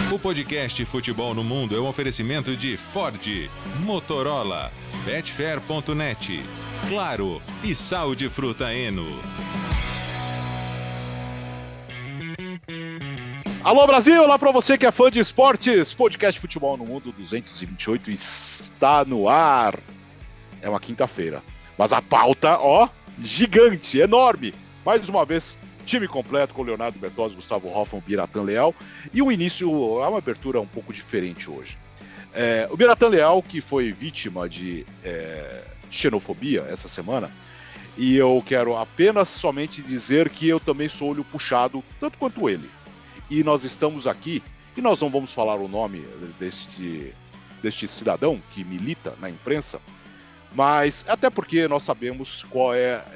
O podcast Futebol no Mundo é um oferecimento de Ford, Motorola, Betfair.net, Claro e Sal de Fruta Eno. Alô Brasil, olá pra você que é fã de esportes, podcast Futebol no Mundo 228 está no ar. É uma quinta-feira, mas a pauta, gigante, enorme. Mais uma vez, time completo com Leonardo Bertozzi, Gustavo Hoffmann, Biratan Leal e um início, uma abertura um pouco diferente hoje. O Biratan Leal, que foi vítima de xenofobia essa semana, e eu quero apenas somente dizer que eu também sou olho puxado, tanto quanto ele. E nós estamos aqui, e nós não vamos falar o nome deste cidadão que milita na imprensa, mas até porque nós sabemos qual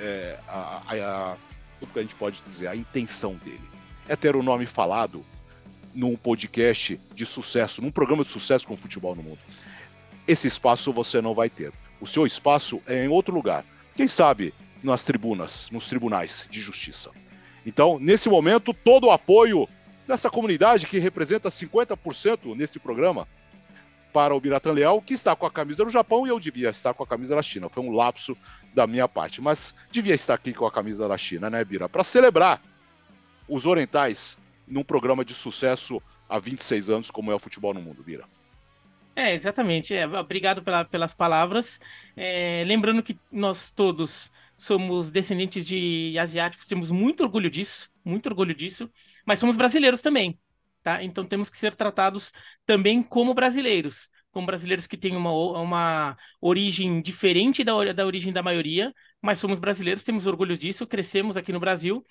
o que a gente pode dizer, a intenção dele. É ter o nome falado num podcast de sucesso, num programa de sucesso com futebol no mundo. Esse espaço você não vai ter. O seu espaço é em outro lugar. Quem sabe nas tribunas, nos tribunais de justiça. Então, nesse momento, todo o apoio dessa comunidade que representa 50% nesse programa para o Biratan Leal, que está com a camisa do Japão, e eu devia estar com a camisa da China. Foi um lapso da minha parte, mas devia estar aqui com a camisa da China, né, Bira? Para celebrar os orientais num programa de sucesso há 26 anos, como é o Futebol no Mundo, Bira. Exatamente. Obrigado pelas palavras. Lembrando que nós todos somos descendentes de asiáticos, temos muito orgulho disso, mas somos brasileiros também, tá? Então temos que ser tratados também como brasileiros que têm uma origem diferente da origem da maioria, mas somos brasileiros, temos orgulho disso, crescemos aqui no Brasil,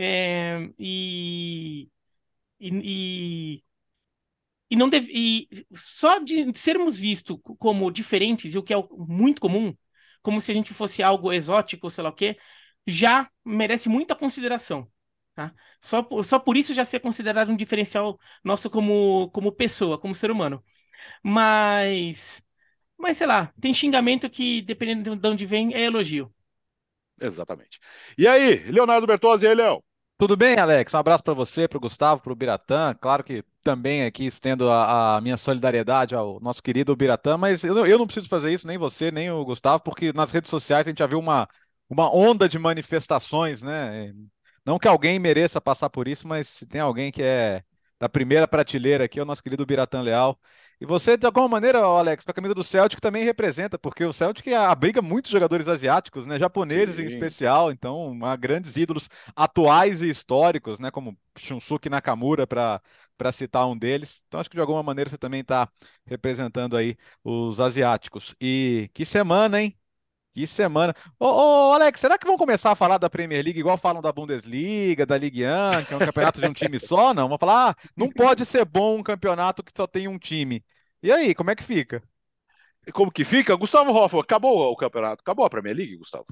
e não deve, e só de sermos vistos como diferentes, e o que é muito comum, como se a gente fosse algo exótico, sei lá o quê, já merece muita consideração. Tá? Só por isso já ser considerado um diferencial nosso como pessoa, como ser humano. Mas, sei lá, tem xingamento que, dependendo de onde vem, é elogio. Exatamente. E aí, Leonardo Bertozzi, e aí, Léo? Tudo bem, Alex? Um abraço para você, para o Gustavo, para o Biratan. Claro que também aqui estendo a minha solidariedade ao nosso querido Biratan, mas eu não preciso fazer isso, nem você, nem o Gustavo, porque nas redes sociais a gente já viu uma onda de manifestações, né? Não que alguém mereça passar por isso, mas se tem alguém que é da primeira prateleira aqui, é o nosso querido Biratan Leal. E você, de alguma maneira, Alex, com a camisa do Celtic também representa, porque o Celtic abriga muitos jogadores asiáticos, né? Japoneses em Sim. especial, então há grandes ídolos atuais e históricos, né? Como Shunsuke Nakamura, para citar um deles. Então acho que de alguma maneira você também está representando aí os asiáticos. E que semana, hein? Que semana. Ô, Alex, será que vão começar a falar da Premier League igual falam da Bundesliga, da Ligue 1, que é um campeonato de um time só? Não. Vão falar, não pode ser bom um campeonato que só tem um time. E aí, como é que fica? E como que fica? Gustavo Hoffmann, acabou o campeonato? Acabou a Premier League, Gustavo?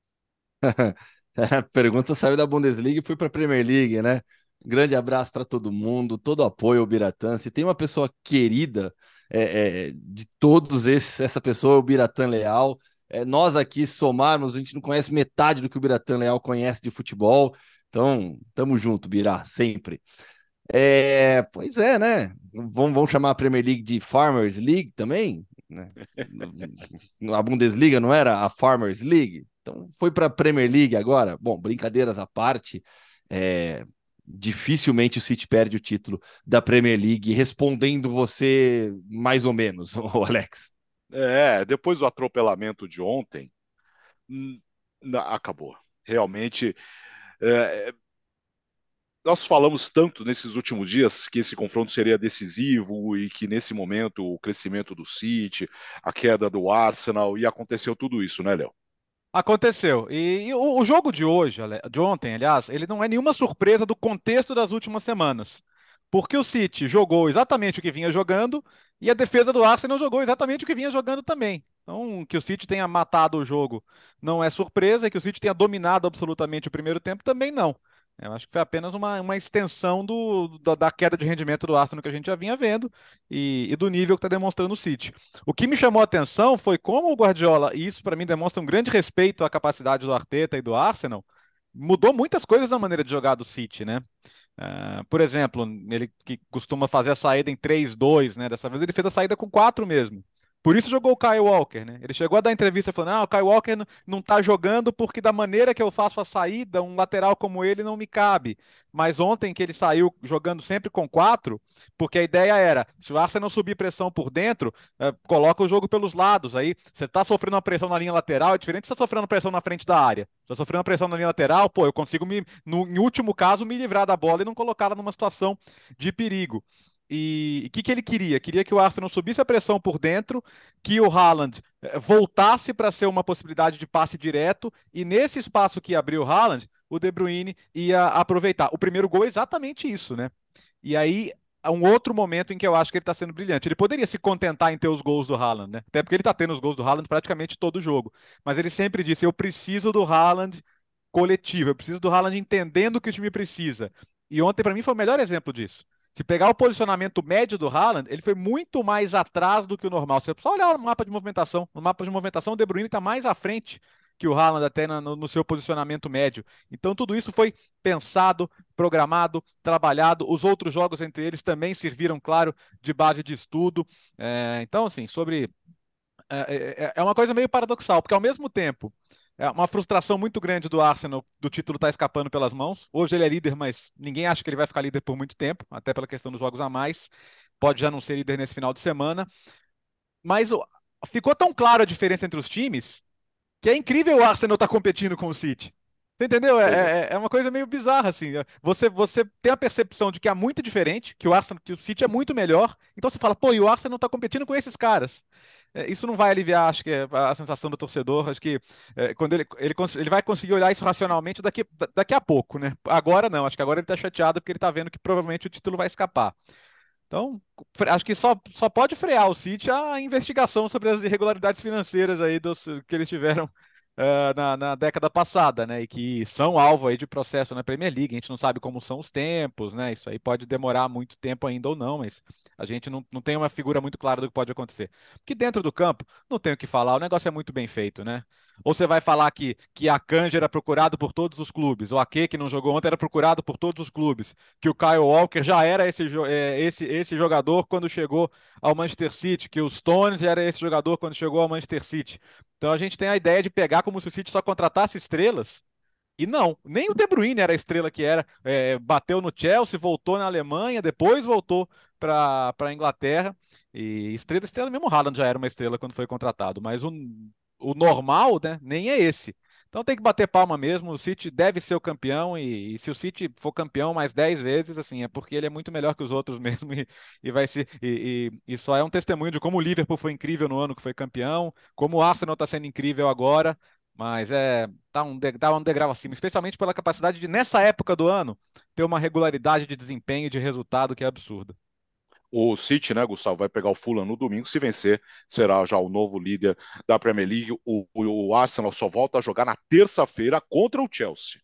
A pergunta saiu da Bundesliga e foi para a Premier League, né? Grande abraço para todo mundo, todo apoio ao Biratan. Se tem uma pessoa querida de todos esses, essa pessoa é o Biratan Leal. Nós aqui somarmos, a gente não conhece metade do que o Biratan Leal conhece de futebol. Então, tamo junto, Birá, sempre. Pois é, né? Vamos chamar a Premier League de Farmers League também, né? A Bundesliga não era a Farmers League? Então foi para a Premier League agora. Bom, brincadeiras à parte, dificilmente o City perde o título da Premier League, respondendo você mais ou menos, o Alex. Depois do atropelamento de ontem, acabou. Realmente, nós falamos tanto nesses últimos dias que esse confronto seria decisivo e que nesse momento o crescimento do City, a queda do Arsenal, e aconteceu tudo isso, né, Léo? Aconteceu. E o jogo de hoje, de ontem, aliás, ele não é nenhuma surpresa do contexto das últimas semanas. Porque o City jogou exatamente o que vinha jogando e a defesa do Arsenal jogou exatamente o que vinha jogando também. Então, que o City tenha matado o jogo não é surpresa, e que o City tenha dominado absolutamente o primeiro tempo também não. Eu acho que foi apenas uma extensão da queda de rendimento do Arsenal que a gente já vinha vendo e do nível que está demonstrando o City. O que me chamou a atenção foi como o Guardiola, e isso para mim demonstra um grande respeito à capacidade do Arteta e do Arsenal, mudou muitas coisas na maneira de jogar do City, né? Por exemplo, ele que costuma fazer a saída em 3-2, né? Dessa vez ele fez a saída com 4 mesmo. Por isso jogou o Kyle Walker, né? Ele chegou a dar entrevista falando: o Kyle Walker não tá jogando porque da maneira que eu faço a saída, um lateral como ele não me cabe. Mas ontem que ele saiu jogando sempre com 4, porque a ideia era, se o Arsenal subir pressão por dentro, coloca o jogo pelos lados. Aí você tá sofrendo uma pressão na linha lateral, é diferente de você tá sofrendo pressão na frente da área. Você tá sofrendo pressão na linha lateral, pô, eu consigo, em último caso, me livrar da bola e não colocá-la numa situação de perigo. E o que ele queria? Queria que o Arsenal subisse a pressão por dentro, que o Haaland voltasse para ser uma possibilidade de passe direto, e nesse espaço que abriu o Haaland, o De Bruyne ia aproveitar. O primeiro gol é exatamente isso, né? E aí, há um outro momento em que eu acho que ele está sendo brilhante. Ele poderia se contentar em ter os gols do Haaland, né? Até porque ele está tendo os gols do Haaland praticamente todo o jogo. Mas ele sempre disse: eu preciso do Haaland coletivo, eu preciso do Haaland entendendo o que o time precisa. E ontem, para mim, foi o melhor exemplo disso. Se pegar o posicionamento médio do Haaland, ele foi muito mais atrás do que o normal. Se você só olhar no mapa de movimentação, o De Bruyne está mais à frente que o Haaland até no seu posicionamento médio. Então tudo isso foi pensado, programado, trabalhado. Os outros jogos entre eles também serviram, claro, de base de estudo. Então, assim, é uma coisa meio paradoxal, porque ao mesmo tempo é uma frustração muito grande do Arsenal do título estar escapando pelas mãos. Hoje ele é líder, mas ninguém acha que ele vai ficar líder por muito tempo, até pela questão dos jogos a mais. Pode já não ser líder nesse final de semana. Mas ficou tão clara a diferença entre os times que é incrível o Arsenal estar competindo com o City. Você entendeu? Pois é. É uma coisa meio bizarra, assim. Você tem a percepção de que é muito diferente, que o City é muito melhor. Então você fala, pô, e o Arsenal está competindo com esses caras. Isso não vai aliviar, acho que, a sensação do torcedor. Acho que quando ele vai conseguir olhar isso racionalmente daqui a pouco, né? Agora não, acho que agora ele está chateado porque ele está vendo que provavelmente o título vai escapar. Então, acho que só pode frear o City a investigação sobre as irregularidades financeiras aí que eles tiveram na década passada, né? E que são alvo aí de processo na Premier League. A gente não sabe como são os tempos, né? Isso aí pode demorar muito tempo ainda ou não, mas a gente não tem uma figura muito clara do que pode acontecer. Porque dentro do campo, não tem o que falar, o negócio é muito bem feito, né? Ou você vai falar que a Akanji era procurado por todos os clubes, ou a Ake, que não jogou ontem, era procurado por todos os clubes, que o Kyle Walker já era esse jogador quando chegou ao Manchester City, que o Stones já era esse jogador quando chegou ao Manchester City. Então a gente tem a ideia de pegar como se o City só contratasse estrelas, e não, nem o De Bruyne era a estrela que era. Bateu no Chelsea, voltou na Alemanha, depois voltou para a Inglaterra. E estrela mesmo, o Haaland já era uma estrela quando foi contratado, mas o normal, né, nem é esse. Então tem que bater palma mesmo. O City deve ser o campeão, e se o City for campeão mais 10 vezes, assim, é porque ele é muito melhor que os outros mesmo, e vai ser. E só é um testemunho de como o Liverpool foi incrível no ano que foi campeão, como o Arsenal está sendo incrível agora. Mas tá um degrau acima, especialmente pela capacidade de, nessa época do ano, ter uma regularidade de desempenho e de resultado que é absurda. O City, né, Gustavo, vai pegar o Fulham no domingo. Se vencer, será já o novo líder da Premier League. O Arsenal só volta a jogar na terça-feira contra o Chelsea.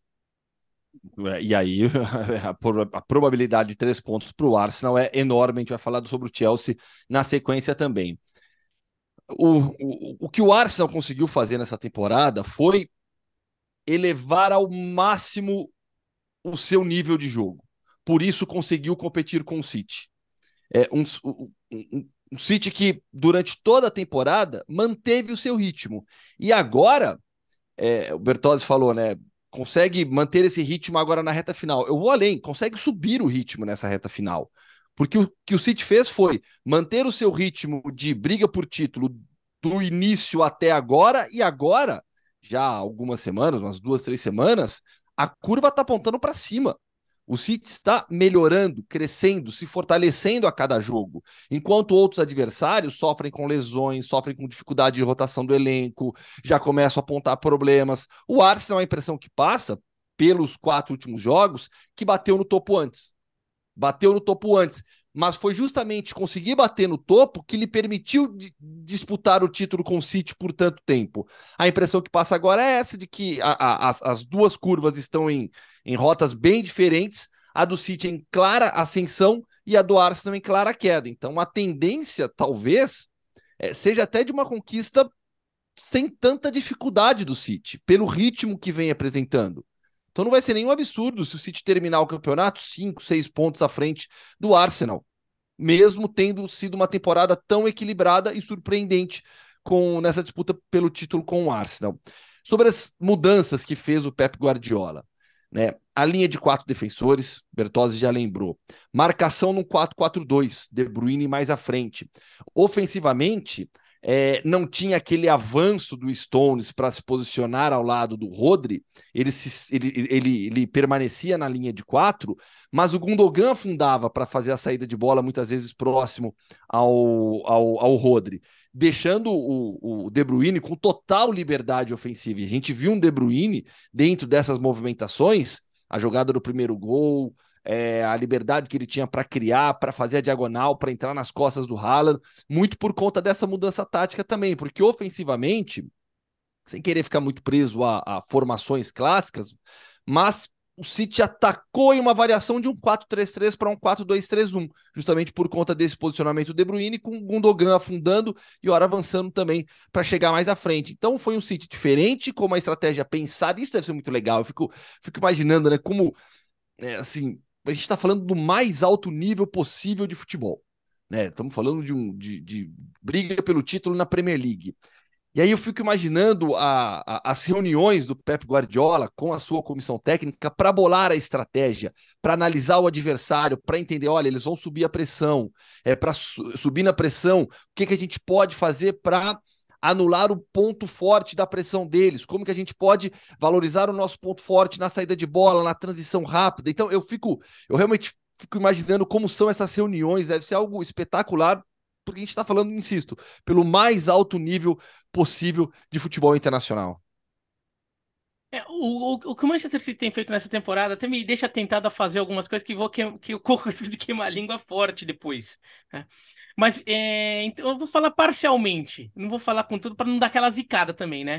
E aí a probabilidade de 3 pontos para o Arsenal é enorme. A gente vai falar sobre o Chelsea na sequência também. O que o Arsenal conseguiu fazer nessa temporada foi elevar ao máximo o seu nível de jogo. Por isso conseguiu competir com o City. Um City que durante toda a temporada manteve o seu ritmo. E agora, o Bertozzi falou, né? Consegue manter esse ritmo agora na reta final. Eu vou além, consegue subir o ritmo nessa reta final. Porque o que o City fez foi manter o seu ritmo de briga por título do início até agora, e agora, já há algumas semanas, umas 2, 3 semanas, a curva está apontando para cima. O City está melhorando, crescendo, se fortalecendo a cada jogo, enquanto outros adversários sofrem com lesões, sofrem com dificuldade de rotação do elenco, já começam a apontar problemas. O Arsenal, a impressão que passa, pelos 4 últimos jogos, que bateu no topo antes. Mas foi justamente conseguir bater no topo que lhe permitiu disputar o título com o City por tanto tempo. A impressão que passa agora é essa, de que as duas curvas estão em rotas bem diferentes, a do City em clara ascensão e a do Arsenal em clara queda. Então a tendência, talvez, seja até de uma conquista sem tanta dificuldade do City, pelo ritmo que vem apresentando. Então não vai ser nenhum absurdo se o City terminar o campeonato 5, 6 pontos à frente do Arsenal, mesmo tendo sido uma temporada tão equilibrada e surpreendente nessa disputa pelo título com o Arsenal. Sobre as mudanças que fez o Pep Guardiola, né? A linha de 4 defensores, Bertozzi já lembrou. Marcação no 4-4-2, De Bruyne mais à frente. Ofensivamente, não tinha aquele avanço do Stones para se posicionar ao lado do Rodri, ele permanecia na linha de 4, mas o Gundogan afundava para fazer a saída de bola muitas vezes próximo ao Rodri, deixando o De Bruyne com total liberdade ofensiva. E a gente viu um De Bruyne dentro dessas movimentações, a jogada do primeiro gol, a liberdade que ele tinha para criar, para fazer a diagonal, para entrar nas costas do Haaland, muito por conta dessa mudança tática também, porque ofensivamente, sem querer ficar muito preso a formações clássicas, mas o City atacou em uma variação de um 4-3-3 para um 4-2-3-1, justamente por conta desse posicionamento do De Bruyne, com o Gundogan afundando e ora avançando também para chegar mais à frente. Então foi um City diferente, com uma estratégia pensada, isso deve ser muito legal. Eu fico imaginando, né, como, assim, a gente está falando do mais alto nível possível de futebol, né? Estamos falando de briga pelo título na Premier League. E aí eu fico imaginando as reuniões do Pep Guardiola com a sua comissão técnica para bolar a estratégia, para analisar o adversário, para entender, olha, eles vão subir a pressão, para subir na pressão, o que a gente pode fazer para anular o ponto forte da pressão deles, como que a gente pode valorizar o nosso ponto forte na saída de bola, na transição rápida. Então eu realmente fico imaginando como são essas reuniões, deve ser algo espetacular, porque a gente está falando, insisto, pelo mais alto nível possível de futebol internacional. O que o Manchester City tem feito nessa temporada até me deixa tentado a fazer algumas coisas que eu corro de queimar a língua forte depois, né? Mas então eu vou falar parcialmente, não vou falar com tudo para não dar aquela zicada também, né?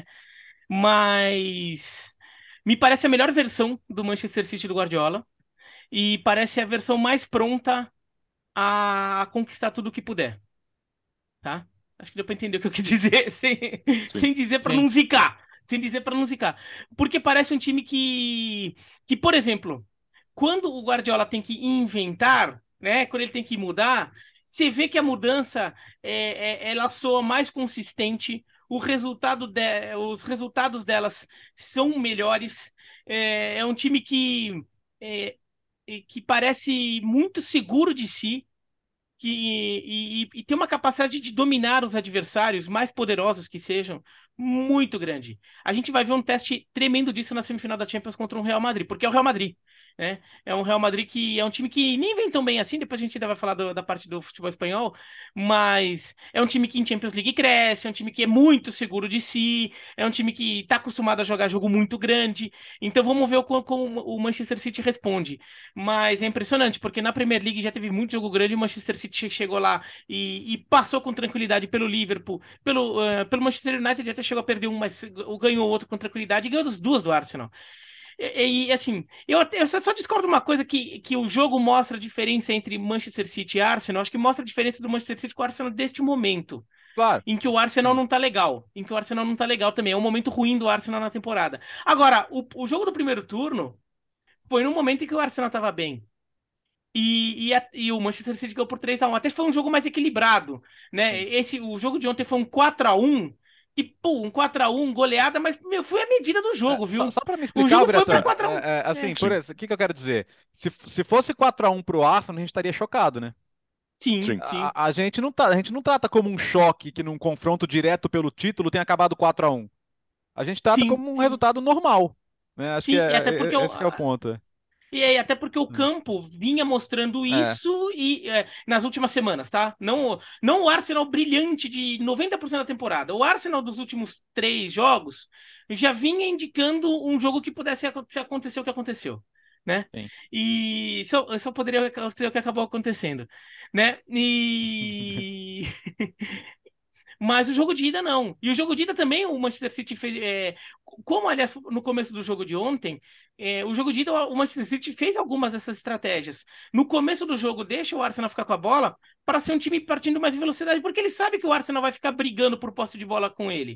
Mas me parece a melhor versão do Manchester City do Guardiola e parece a versão mais pronta a conquistar tudo o que puder, tá? Acho que deu para entender o que eu quis dizer sem dizer para não zicar. Sem dizer para não zicar. Porque parece um time que, por exemplo, quando o Guardiola tem que inventar, né? Quando ele tem que mudar, você vê que a mudança ela soa mais consistente, os resultados delas são melhores. É um time é, que parece muito seguro de si e tem uma capacidade de dominar os adversários, mais poderosos que sejam, muito grande. A gente vai ver um teste tremendo disso na semifinal da Champions contra o Real Madrid, porque é o Real Madrid, né? É um Real Madrid que é um time que nem vem tão bem assim, depois a gente ainda vai falar da parte do futebol espanhol, mas é um time que em Champions League cresce, é um time que é muito seguro de si, é um time que está acostumado a jogar jogo muito grande, então vamos ver como o Manchester City responde. Mas é impressionante, porque na Premier League já teve muito jogo grande, o Manchester City chegou lá e passou com tranquilidade pelo Liverpool, pelo Manchester United até chegou a perder um, mas ganhou outro com tranquilidade e ganhou as duas do Arsenal. Assim, eu só discordo uma coisa que o jogo mostra a diferença entre Manchester City e Arsenal. Acho que mostra a diferença do Manchester City com o Arsenal deste momento. Claro. Em que o Arsenal não tá legal. Em que o Arsenal não tá legal também. É um momento ruim do Arsenal na temporada. Agora, o jogo do primeiro turno foi num momento em que o Arsenal tava bem. E o Manchester City ganhou por 3-1. Até foi um jogo mais equilibrado, né? O jogo de ontem foi um 4-1. Que, pô, um 4-1, goleada, mas meu, foi a medida do jogo, viu? Só para me O explicar, jogo foi Bretan, pra 4-1. assim, o que eu quero dizer? Se fosse 4-1 pro Arsenal, a gente estaria chocado, né? Sim, Sim. sim. A gente não trata como um choque que num confronto direto pelo título tenha acabado 4-1. A gente trata Sim, como um sim. resultado normal, né? Acho que Sim, e até porque esse que é o ponto. E aí, até porque o campo vinha mostrando É, isso nas últimas semanas, tá? Não o Arsenal brilhante de 90% da temporada. O Arsenal dos últimos 3 jogos já vinha indicando um jogo que pudesse acontecer o que aconteceu, né? sim. E só poderia acontecer o que acabou acontecendo, né? E Mas o jogo de ida não. E o jogo de ida também o Manchester City fez. Como, aliás, no começo do jogo de ontem, o jogo de ida o Manchester City fez algumas dessas estratégias. No começo do jogo, deixa o Arsenal ficar com a bola para ser um time partindo mais em velocidade, porque ele sabe que o Arsenal vai ficar brigando por posse de bola com ele.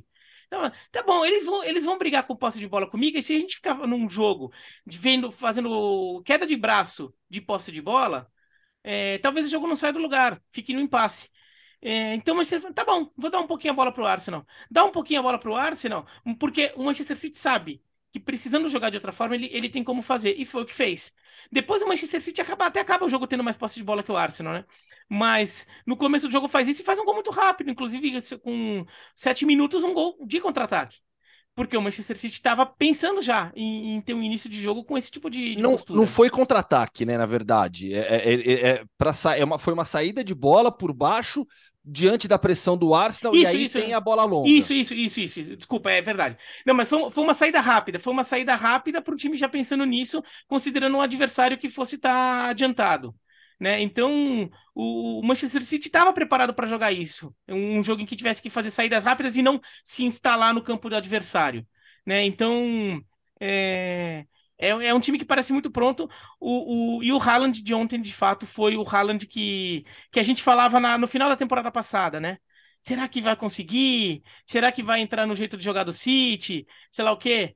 Então, tá bom, eles vão brigar com posse de bola comigo, e se a gente ficar num jogo fazendo queda de braço de posse de bola, talvez o jogo não saia do lugar, fique no impasse. Então, mas tá bom, vou dar um pouquinho a bola pro Arsenal. Dá um pouquinho a bola pro Arsenal, porque o Manchester City sabe que precisando jogar de outra forma, ele tem como fazer, e foi o que fez. Depois o Manchester City até acaba o jogo tendo mais posse de bola que o Arsenal, né? Mas no começo do jogo faz isso e faz um gol muito rápido, inclusive com 7 minutos, um gol de contra-ataque. Porque o Manchester City estava pensando já em ter um início de jogo com esse tipo de Não, não postura. foi contra-ataque, né? Na verdade, foi uma saída de bola por baixo diante da pressão do Arsenal e aí tem a bola longa. Isso. Desculpa, é verdade. Não, mas foi uma saída rápida. Foi uma saída rápida para o time já pensando nisso, considerando um adversário que fosse estar adiantado. Né? Então, o Manchester City estava preparado para jogar isso. Um jogo em que tivesse que fazer saídas rápidas e não se instalar no campo do adversário. Né? Então, é um time que parece muito pronto. E o Haaland de ontem, de fato, foi o Haaland que a gente falava no final da temporada passada, né? Será que vai conseguir? Será que vai entrar no jeito de jogar do City? Sei lá o quê.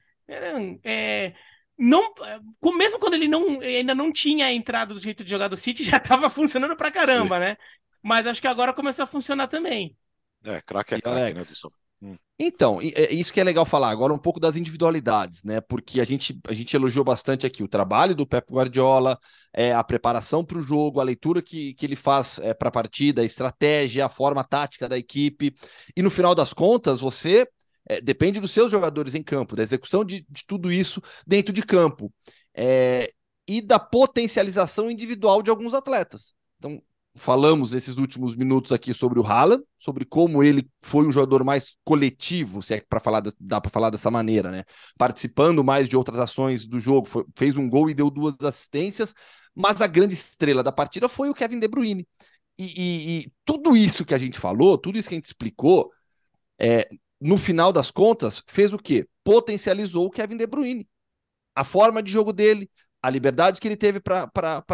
Não, mesmo quando ele ainda não tinha entrado do jeito de jogar do City, já estava funcionando pra caramba, né? Mas acho que agora começou a funcionar também. Craque é craque, né, Bisson? Então, isso que é legal falar agora um pouco das individualidades, né? Porque a gente elogiou bastante aqui o trabalho do Pep Guardiola, a preparação para o jogo, a leitura que ele faz para a partida, a estratégia, a forma tática da equipe. E no final das contas, você depende dos seus jogadores em campo, da execução de tudo isso dentro de campo. E da potencialização individual de alguns atletas. Então, falamos esses últimos minutos aqui sobre o Haaland, sobre como ele foi um jogador mais coletivo, se é que dá para falar dessa maneira, né? Participando mais de outras ações do jogo, fez um gol e deu 2 assistências, mas a grande estrela da partida foi o Kevin De Bruyne. E tudo isso que a gente falou, tudo isso que a gente explicou, no final das contas, fez o quê? Potencializou o Kevin De Bruyne. A forma de jogo dele, a liberdade que ele teve para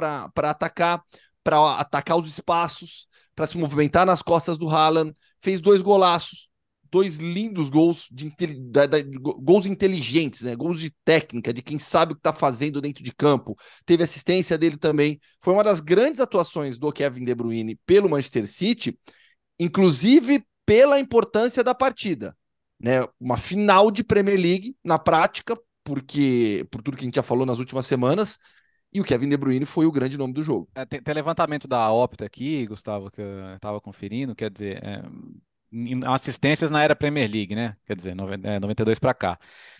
atacar os espaços, para se movimentar nas costas do Haaland, fez 2 golaços, 2 lindos gols, gols inteligentes, né? Gols de técnica, de quem sabe o que está fazendo dentro de campo. Teve assistência dele também. Foi uma das grandes atuações do Kevin De Bruyne pelo Manchester City, inclusive pela importância da partida. Né? Uma final de Premier League, na prática, por tudo que a gente já falou nas últimas semanas, e o Kevin De Bruyne foi o grande nome do jogo. Tem levantamento da Opta aqui, Gustavo, que eu estava conferindo, quer dizer, assistências na era Premier League, né? Quer dizer, 92 para cá.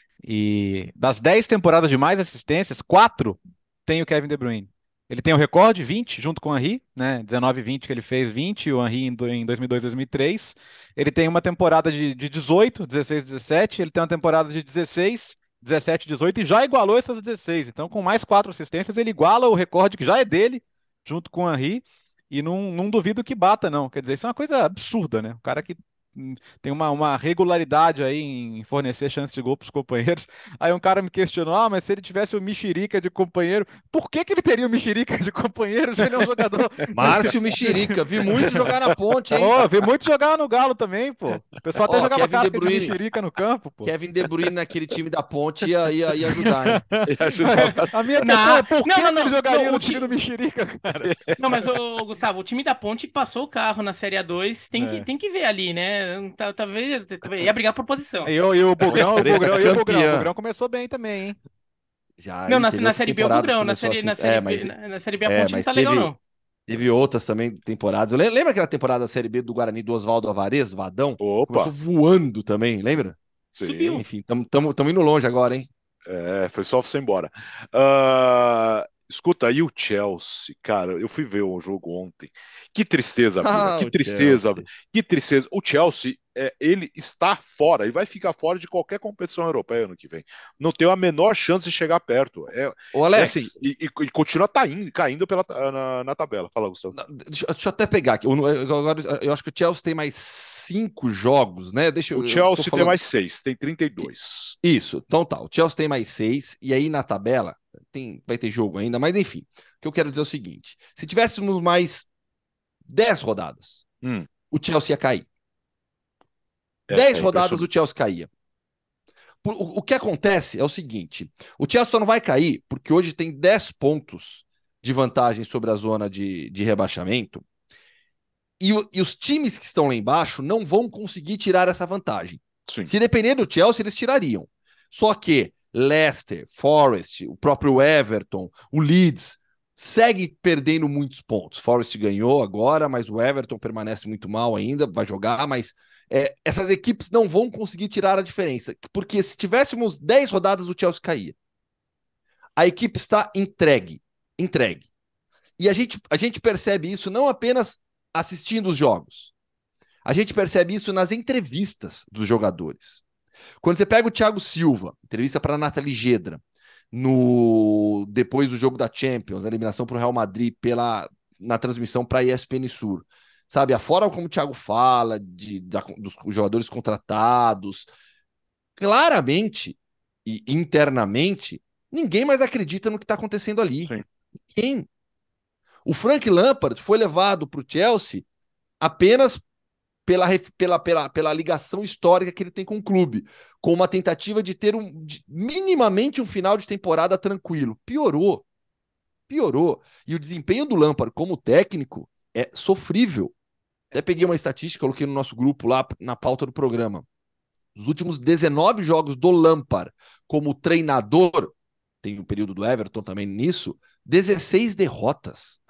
E das 10 temporadas de mais assistências, 4 tem o Kevin De Bruyne. Ele tem o recorde, 20, junto com o Henry, né? 19 e 20 que ele fez, 20, e o Henry em 2002, 2003. Ele tem uma temporada de 18, 16, 17. Ele tem uma temporada de 16, 17, 18 e já igualou essas 16. Então, com mais 4 assistências, ele iguala o recorde que já é dele, junto com o Henry. E não duvido que bata, não. Quer dizer, isso é uma coisa absurda, né? O cara que tem uma regularidade aí em fornecer chance de gol para os companheiros. Aí um cara me questionou, mas se ele tivesse o Mexerica de companheiro, por que ele teria o Mexerica de companheiro se ele é um jogador... Márcio Mexerica, vi muito jogar na Ponte, hein? Vi muito jogar no Galo também, pô. O pessoal até jogava casca de Mexerica no campo, pô. Kevin De Bruyne naquele time da Ponte ia ajudar, hein? A minha questão é por que ele jogaria no time do Mexerica, cara? Não, mas, Gustavo, o time da Ponte passou o carro na Série A2, tem que ver ali, né? Talvez ia brigar por posição. E o Bugrão começou bem também, hein? Não, na Série B é o Bugrão, na Série B a Ponte não tá legal, não. Teve outras também temporadas. Lembra aquela temporada da Série B do Guarani do Oswaldo Alvarez, do Vadão? Opa! Começou voando também, lembra? Sim. Subiu. Enfim, estamos indo longe agora, hein? Foi só você ir embora. Escuta, aí o Chelsea, cara, eu fui ver o jogo ontem. Que tristeza, Bira, que tristeza, Chelsea. Que tristeza. O Chelsea, ele está fora, e vai ficar fora de qualquer competição europeia ano que vem. Não tem a menor chance de chegar perto. Ô, Alex. Assim, e continua caindo na tabela. Fala, Gustavo. Deixa eu até pegar aqui. Agora, eu acho que o Chelsea tem mais 5 jogos, né? O Chelsea tem mais 6, tem 32. Isso, então tá. O Chelsea tem mais 6, e aí na tabela vai ter jogo ainda, mas enfim. O que eu quero dizer é o seguinte: se tivéssemos mais 10 rodadas, o Chelsea ia cair. 10 rodadas impressionante. o Chelsea caía. O que acontece é o seguinte: o Chelsea só não vai cair porque hoje tem 10 pontos de vantagem sobre a zona de rebaixamento e os times que estão lá embaixo não vão conseguir tirar essa vantagem. Sim. Se depender do Chelsea, eles tirariam. Só que Leicester, Forest, o próprio Everton, o Leeds segue perdendo muitos pontos. Forest ganhou agora, mas o Everton permanece muito mal ainda, vai jogar, mas essas equipes não vão conseguir tirar a diferença, porque se tivéssemos 10 rodadas, o Chelsea caía. A equipe está entregue. E a gente percebe isso não apenas assistindo os jogos, a gente percebe isso nas entrevistas dos jogadores. Quando você pega o Thiago Silva, entrevista para a Nathalie Gedra, depois do jogo da Champions, a eliminação para o Real Madrid na transmissão para a ESPN Sur, sabe? A forma como o Thiago fala dos jogadores contratados, claramente e internamente, ninguém mais acredita no que está acontecendo ali. Sim. Ninguém. O Frank Lampard foi levado para o Chelsea apenas pela ligação histórica que ele tem com o clube, com uma tentativa de ter minimamente um final de temporada tranquilo. Piorou. E o desempenho do Lampard como técnico é sofrível. Até peguei uma estatística, coloquei no nosso grupo lá na pauta do programa. Os últimos 19 jogos do Lampard como treinador, tem o período do Everton também nisso, 16 derrotas.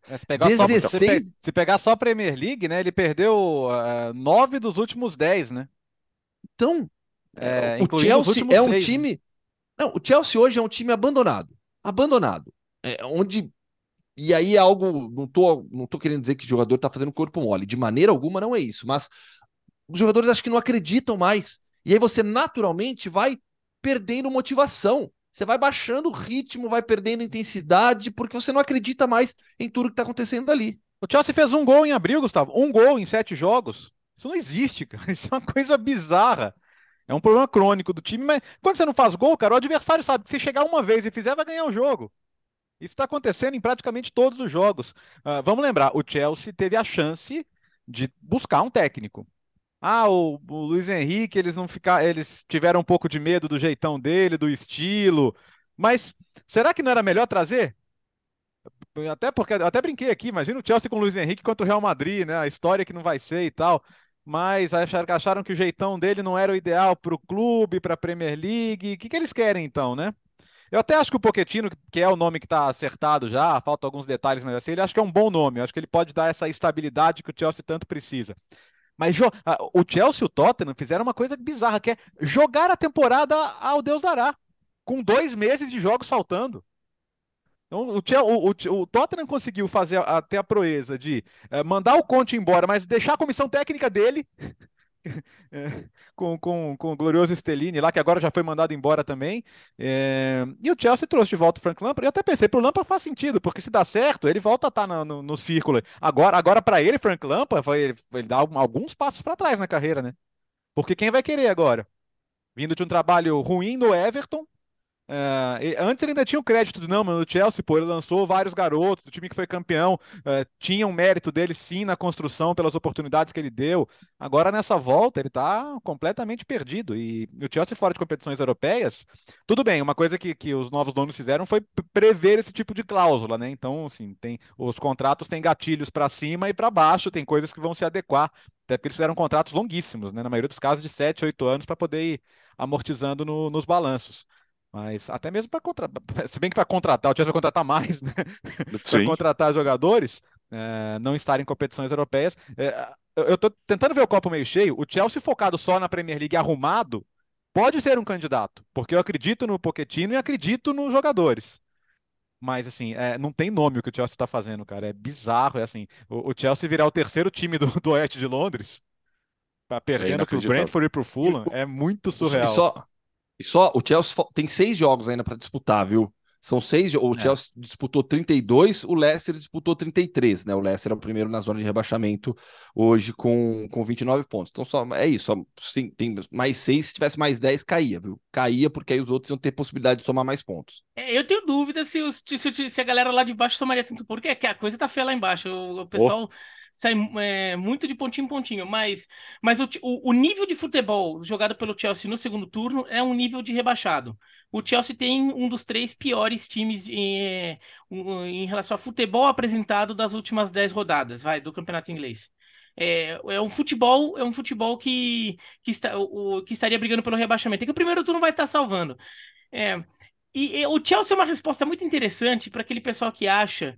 Se pegar só a Premier League, né? Ele perdeu 9 dos últimos 10, né? Então, o incluindo os Chelsea últimos é um 6, time. né? Não, o Chelsea hoje é um time abandonado. Abandonado. Onde. E aí é algo. Não tô querendo dizer que o jogador tá fazendo corpo mole. De maneira alguma não é isso. Mas os jogadores acho que não acreditam mais. E aí você naturalmente vai perdendo motivação. Você vai baixando o ritmo, vai perdendo intensidade, porque você não acredita mais em tudo que está acontecendo ali. O Chelsea fez um gol em abril, Gustavo. Um gol em 7 jogos. Isso não existe, cara. Isso é uma coisa bizarra. É um problema crônico do time, mas quando você não faz gol, cara, o adversário sabe que se chegar uma vez e fizer, vai ganhar o jogo. Isso está acontecendo em praticamente todos os jogos. Vamos lembrar, o Chelsea teve a chance de buscar um técnico. O Luiz Henrique, eles tiveram um pouco de medo do jeitão dele, do estilo. Mas será que não era melhor trazer? Até porque eu até brinquei aqui, imagina o Chelsea com o Luiz Henrique contra o Real Madrid, né? A história que não vai ser e tal. Mas acharam que o jeitão dele não era o ideal para o clube, para a Premier League. O que eles querem então, né? Eu até acho que o Pochettino, que é o nome que está acertado já, faltam alguns detalhes, mas assim, ele acho que é um bom nome. Eu acho que ele pode dar essa estabilidade que o Chelsea tanto precisa. Mas o Chelsea e o Tottenham fizeram uma coisa bizarra, que é jogar a temporada ao Deus dará, com 2 meses de jogos faltando. Então, o Tottenham conseguiu fazer até a proeza de mandar o Conte embora, mas deixar a comissão técnica dele com o glorioso Stellini lá, que agora já foi mandado embora também. E o Chelsea trouxe de volta o Frank Lampard. E eu até pensei, pro Lampard faz sentido, porque se dá certo, ele volta a estar no círculo. Agora para ele, Frank Lampard, ele dá alguns passos para trás na carreira, né? Porque quem vai querer agora? Vindo de um trabalho ruim no Everton. Antes ele ainda tinha o crédito não, mas no Chelsea, pô, ele lançou vários garotos do time que foi campeão, tinha um mérito dele sim na construção pelas oportunidades que ele deu. Agora nessa volta ele tá completamente perdido e o Chelsea fora de competições europeias, tudo bem, uma coisa que os novos donos fizeram foi prever esse tipo de cláusula, né? Então, assim, os contratos têm gatilhos para cima e para baixo, tem coisas que vão se adequar, até porque eles fizeram contratos longuíssimos, né? Na maioria dos casos de 7, 8 anos para poder ir amortizando nos balanços. Mas até mesmo para contratar, se bem que para contratar, o Chelsea vai contratar mais, né? Para contratar jogadores, não estar em competições europeias. Eu estou tentando ver o copo meio cheio. O Chelsea focado só na Premier League arrumado pode ser um candidato, porque eu acredito no Pochettino e acredito nos jogadores. Mas assim, não tem nome o que o Chelsea está fazendo, cara. É bizarro, é assim. O Chelsea virar o terceiro time do Oeste de Londres, perdendo para o Brentford e para o Fulham, é muito surreal. E só o Chelsea tem 6 jogos ainda para disputar, viu? São 6, o Chelsea disputou 32, o Leicester disputou 33, né? O Leicester é o primeiro na zona de rebaixamento hoje com 29 pontos. Então só é isso, sim, tem mais 6, se tivesse mais 10 caía, viu? Caía porque aí os outros iam ter possibilidade de somar mais pontos. Eu tenho dúvida se a galera lá de baixo tomaria tanto ponto, porque a coisa tá feia lá embaixo. O pessoal sai muito de pontinho em pontinho, mas o nível de futebol jogado pelo Chelsea no segundo turno é um nível de rebaixado. O Chelsea tem um dos 3 piores times em relação a futebol apresentado das últimas 10 rodadas, do campeonato inglês. É um futebol que estaria brigando pelo rebaixamento. É que o primeiro turno vai estar salvando. É, e o Chelsea é uma resposta muito interessante para aquele pessoal que acha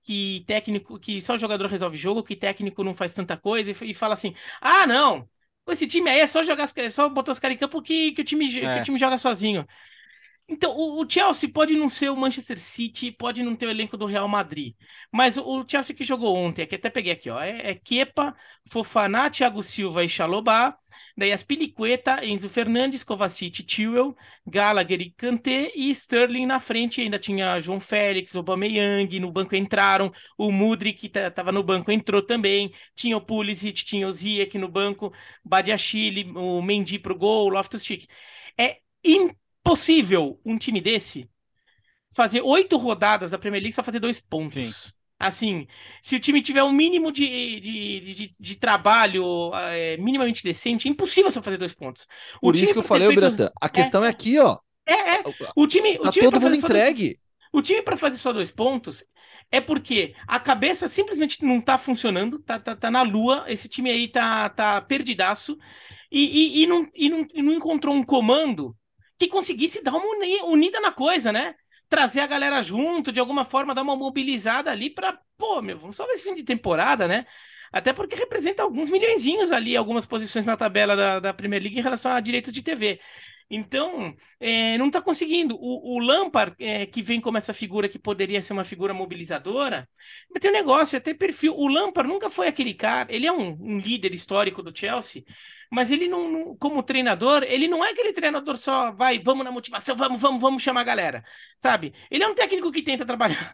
que só jogador resolve jogo, que técnico não faz tanta coisa e fala assim: ah, não, esse time aí é só botar os caras em campo que o time joga sozinho. Então, o Chelsea pode não ser o Manchester City, pode não ter o elenco do Real Madrid, mas o Chelsea que jogou ontem, aqui até peguei aqui, ó, Kepa, Fofana, Thiago Silva e Chalobah, daí Azpilicueta, Enzo Fernandes, Kovacic, Chilwell, Gallagher e Kanté e Sterling na frente, ainda tinha João Félix, Aubameyang, no banco entraram, o Mudryk que estava no banco entrou também, tinha o Pulisic, tinha o Ziyech no banco, Badiashile, o Mendy pro gol, o Loftus-Cheek. É impossível um time desse fazer 8 rodadas da Premier League só fazer 2 pontos. Sim. Assim, se o time tiver um mínimo de trabalho minimamente decente, é impossível só fazer 2 pontos. Por isso que eu falei, Biratã, a questão é aqui, ó. O time todo mundo entregue. O time para fazer só 2 pontos é porque a cabeça simplesmente não tá funcionando, tá na lua, esse time aí tá perdidaço e não encontrou um comando que conseguisse dar uma unida na coisa, né? Trazer a galera junto, de alguma forma, dar uma mobilizada ali pra, vamos salvar esse fim de temporada, né? Até porque representa alguns milhõezinhos ali, algumas posições na tabela da Premier League em relação a direitos de TV. Então, não tá conseguindo. O Lampard, que vem como essa figura que poderia ser uma figura mobilizadora, mas tem um negócio, até perfil. O Lampard nunca foi aquele cara, ele é um líder histórico do Chelsea, mas ele não, como treinador, ele não é aquele treinador só, vamos na motivação, vamos chamar a galera, sabe? Ele é um técnico que tenta trabalhar,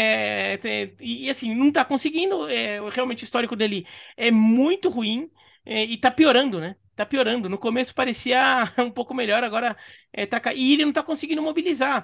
e assim, não tá conseguindo, realmente o histórico dele é muito ruim, e tá piorando, né? Tá piorando. No começo parecia um pouco melhor, agora e ele não tá conseguindo mobilizar.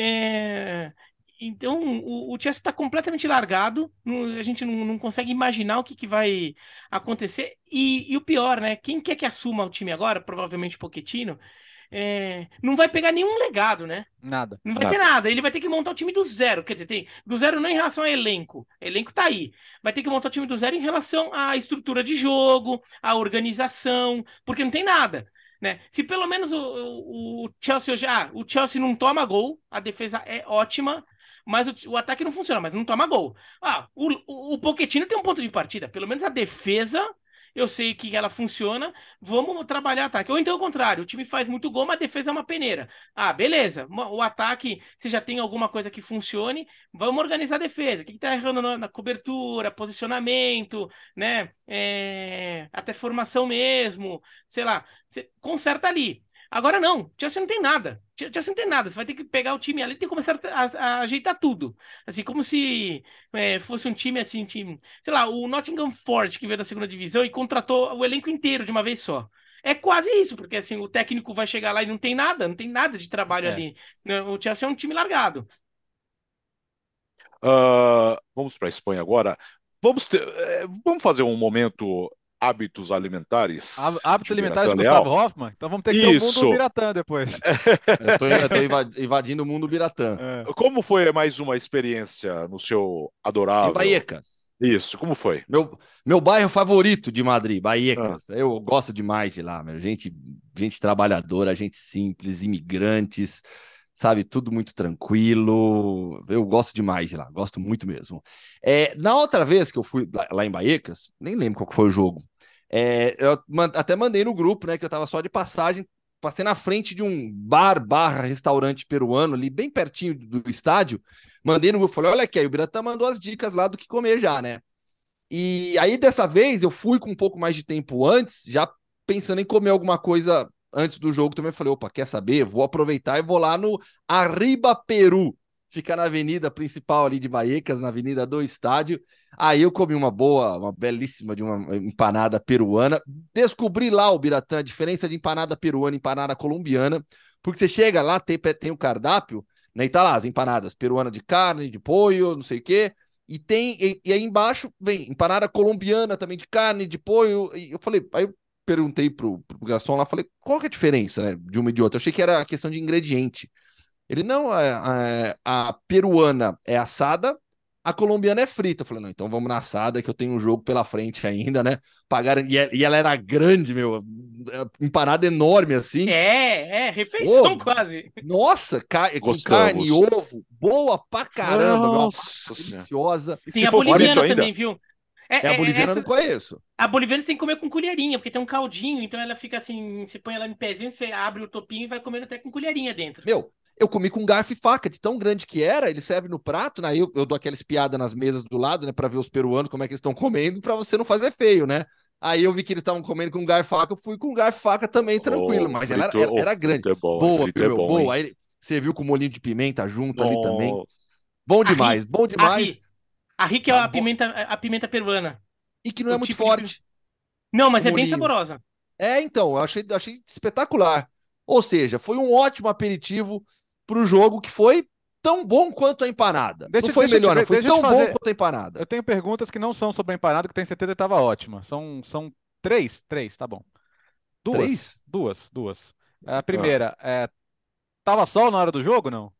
Então, o Chelsea está completamente largado, a gente não consegue imaginar o que vai acontecer. E o pior, né? Quem quer que assuma o time agora, provavelmente o Pochettino, não vai pegar nenhum legado, né? Nada. Não vai ter nada. Ele vai ter que montar o time do zero. Quer dizer, do zero não em relação a elenco. Elenco tá aí. Vai ter que montar o time do zero em relação à estrutura de jogo, à organização, porque não tem nada. Né? Se pelo menos o Chelsea hoje. O Chelsea não toma gol, a defesa é ótima. Mas o ataque não funciona, mas não toma gol. O Pochettino tem um ponto de partida. Pelo menos a defesa, eu sei que ela funciona. Vamos trabalhar ataque. Ou então o contrário, o time faz muito gol, mas a defesa é uma peneira. Beleza. O ataque, se já tem alguma coisa que funcione, vamos organizar a defesa. O que tá errando na cobertura, posicionamento, né? Até formação mesmo. Sei lá. Conserta ali. Agora não, Chelsea não tem nada. Chelsea não tem nada. Você vai ter que pegar o time ali e começar a ajeitar tudo. Assim, como se fosse um time assim, sei lá, o Nottingham Forest, que veio da segunda divisão e contratou o elenco inteiro de uma vez só. É quase isso, porque assim, o técnico vai chegar lá e não tem nada de trabalho ali. O Chelsea é um time largado. Vamos para a Espanha agora. Vamos fazer um momento hábitos alimentares. Hábitos alimentares de Gustavo Hoffmann? Então vamos ter que ter o mundo Biratã depois. Eu tô invadindo o mundo Biratã. Como foi mais uma experiência no seu adorável... Em Vallecas. Isso, como foi? Meu bairro favorito de Madrid, Vallecas. Eu gosto demais de lá, meu. Gente trabalhadora, gente simples, imigrantes, sabe? Tudo muito tranquilo. Eu gosto demais de lá, gosto muito mesmo. Na outra vez que eu fui lá em Vallecas, nem lembro qual foi o jogo, eu até mandei no grupo, né, que eu tava só de passagem, passei na frente de um bar/restaurante peruano, ali bem pertinho do estádio, mandei no grupo, falei, olha aqui, aí o Biratã mandou as dicas lá do que comer já, né? E aí dessa vez eu fui com um pouco mais de tempo antes, já pensando em comer alguma coisa antes do jogo também. Falei, opa, quer saber? Vou aproveitar e vou lá no Arriba Peru, fica na avenida principal ali de Vallecas, na avenida do estádio. Aí eu comi uma belíssima de uma empanada peruana. Descobri lá, o Biratã, a diferença de empanada peruana e empanada colombiana, porque você chega lá, tem o cardápio, né, e tá lá as empanadas peruana de carne, de pollo, não sei o quê, e aí embaixo vem empanada colombiana também de carne, de pollo, e eu falei, aí eu perguntei pro garçom lá, falei, qual que é a diferença, né, de uma e de outra? Eu achei que era a questão de ingrediente. Ele, não, a peruana é assada, a colombiana é frita. Eu falei, não, então vamos na assada, que eu tenho um jogo pela frente ainda, né? Pagaram, e ela era grande, meu, empanada enorme assim. Refeição Ô, quase. nossa, com carne e Gostamos. ovo, boa pra caramba, meu, uma Nossa massa senhora. deliciosa. E Tem se a for frito boliviana ainda? também, viu? A boliviana eu não conheço. A boliviana você tem que comer com colherinha, porque tem um caldinho, então ela fica assim, você põe ela em pezinho, você abre o topinho e vai comendo até com colherinha dentro. Meu, eu comi com garfo e faca, de tão grande que era, ele serve no prato, né? Eu dou aquela espiada nas mesas do lado, né, pra ver os peruanos como é que eles estão comendo, pra você não fazer feio, né? Aí eu vi que eles estavam comendo com garfo e faca, eu fui com garfo e faca também, tranquilo, mas ela era grande. Frito é bom, Boa, frito é meu, bom, boa. hein? Aí ele serviu com molhinho de pimenta junto ali também. Nossa. Bom A demais, ri, bom a demais. ri, a ri que é Tá a bom. pimenta peruana. E que não O é muito tipo de pimenta. forte, Não, o mas é bem molhinho. saborosa. Então, eu achei espetacular. Ou seja, foi um ótimo aperitivo para o jogo que foi tão bom quanto a empanada. Não foi melhor, não. Foi Deixa eu te tão bom fazer. quanto a empanada. Eu tenho perguntas que não são sobre a empanada, que tenho certeza que estava ótima. São três, tá bom. Duas, 3? duas, duas. A Ah. primeira, tava sol na hora do jogo, não?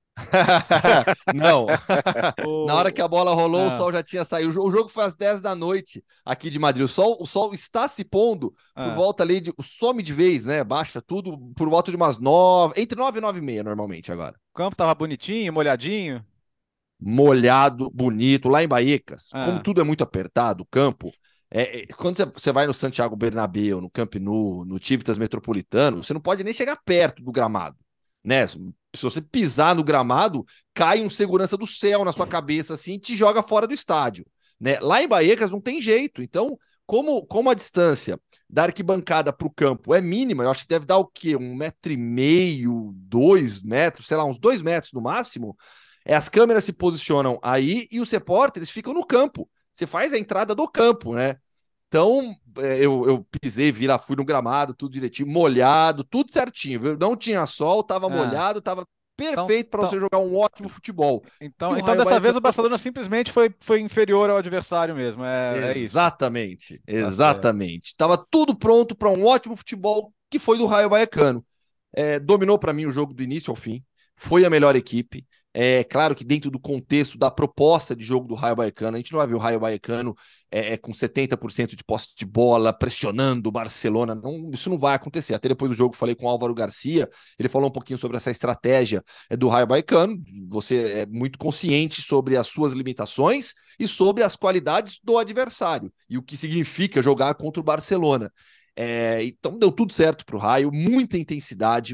Não. Na hora que O, a bola rolou, o ah, sol já tinha saído. O jogo foi às 10 da noite aqui de Madrid. O sol está se pondo por ah. volta ali de. Some de vez, né? Baixa tudo por volta de umas 9. Entre 9 e 9 e meia, normalmente, agora. O campo tava bonitinho, molhadinho. Molhado, bonito, lá em Baiecas, como Ah, tudo é muito apertado, o campo, quando você vai no Santiago Bernabéu, no Camp Nou, no Civitas Metropolitano, você não pode nem chegar perto do gramado, né? Se você pisar no gramado, cai um segurança do céu na sua cabeça assim e te joga fora do estádio, né? Lá em Baiecas não tem jeito, então como a distância da arquibancada para o campo é mínima, eu acho que deve dar o quê? 1,5 metro, 2 metros, sei lá, uns 2 metros no máximo. As câmeras se posicionam aí e os repórteres ficam no campo. Você faz a entrada do campo, né? Então, eu pisei, vi lá, fui no gramado, tudo direitinho, molhado, tudo certinho, viu? Não tinha sol, tava ah. molhado, tava Então, perfeito para então, você jogar um ótimo futebol. E o então Raio dessa vez Vallecano. o Barcelona simplesmente foi inferior ao adversário mesmo. É isso. Exatamente, Tá certo. exatamente. Tava tudo pronto para um ótimo futebol que foi do Raio Vallecano. Dominou para mim o jogo do início ao fim, foi a melhor equipe. É claro que dentro do contexto da proposta de jogo do Raio Vallecano, a gente não vai ver o Raio Vallecano com 70% de posse de bola, pressionando o Barcelona. Não, isso não vai acontecer. Até depois do jogo falei com o Álvaro Garcia, ele falou um pouquinho sobre essa estratégia do Raio Vallecano. Você é muito consciente sobre as suas limitações e sobre as qualidades do adversário e o que significa jogar contra o Barcelona. Então deu tudo certo para o Raio, muita intensidade.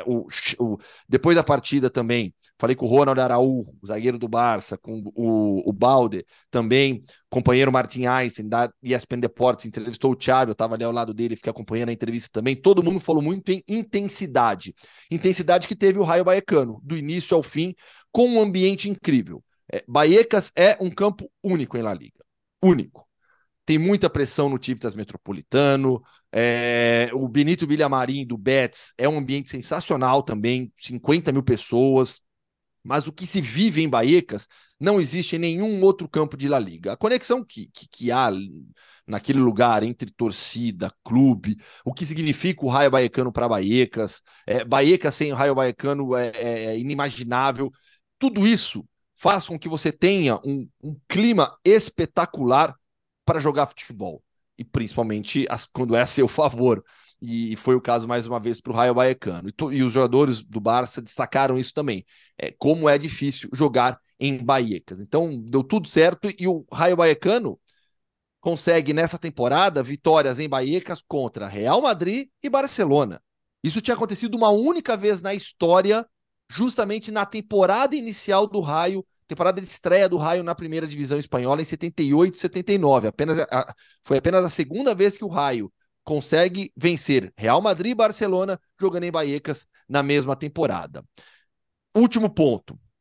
Depois da partida também, falei com o Ronald Araújo, o zagueiro do Barça, com o Balde, também, companheiro Martin Einstein, da ESPN Deportes, entrevistou o Thiago, eu estava ali ao lado dele, fiquei acompanhando a entrevista também, todo mundo falou muito em intensidade. Intensidade que teve o Raio Vallecano, do início ao fim, com um ambiente incrível. Vallecas é um campo único em La Liga. Único. Tem muita pressão no Civitas Metropolitano. O Benito Villamarín do Betis é um ambiente sensacional também, 50 mil pessoas. Mas o que se vive em Vallecas não existe em nenhum outro campo de La Liga. A conexão que há naquele lugar entre torcida, clube, o que significa o Raio Vallecano para Vallecas, Vallecas sem o Raio Vallecano é inimaginável. Tudo isso faz com que você tenha um clima espetacular para jogar futebol, e principalmente quando é a seu favor. E foi o caso mais uma vez para o Raio Vallecano. E os jogadores do Barça destacaram isso também. Como é difícil jogar em Vallecas. Então deu tudo certo e o Raio Vallecano consegue nessa temporada vitórias em Vallecas contra Real Madrid e Barcelona. Isso tinha acontecido uma única vez na história, justamente na temporada inicial do Raio, temporada de estreia do Raio na primeira divisão espanhola em 78 e 79. Foi apenas a segunda vez que o Raio consegue vencer Real Madrid e Barcelona jogando em Vallecas na mesma temporada. Último ponto.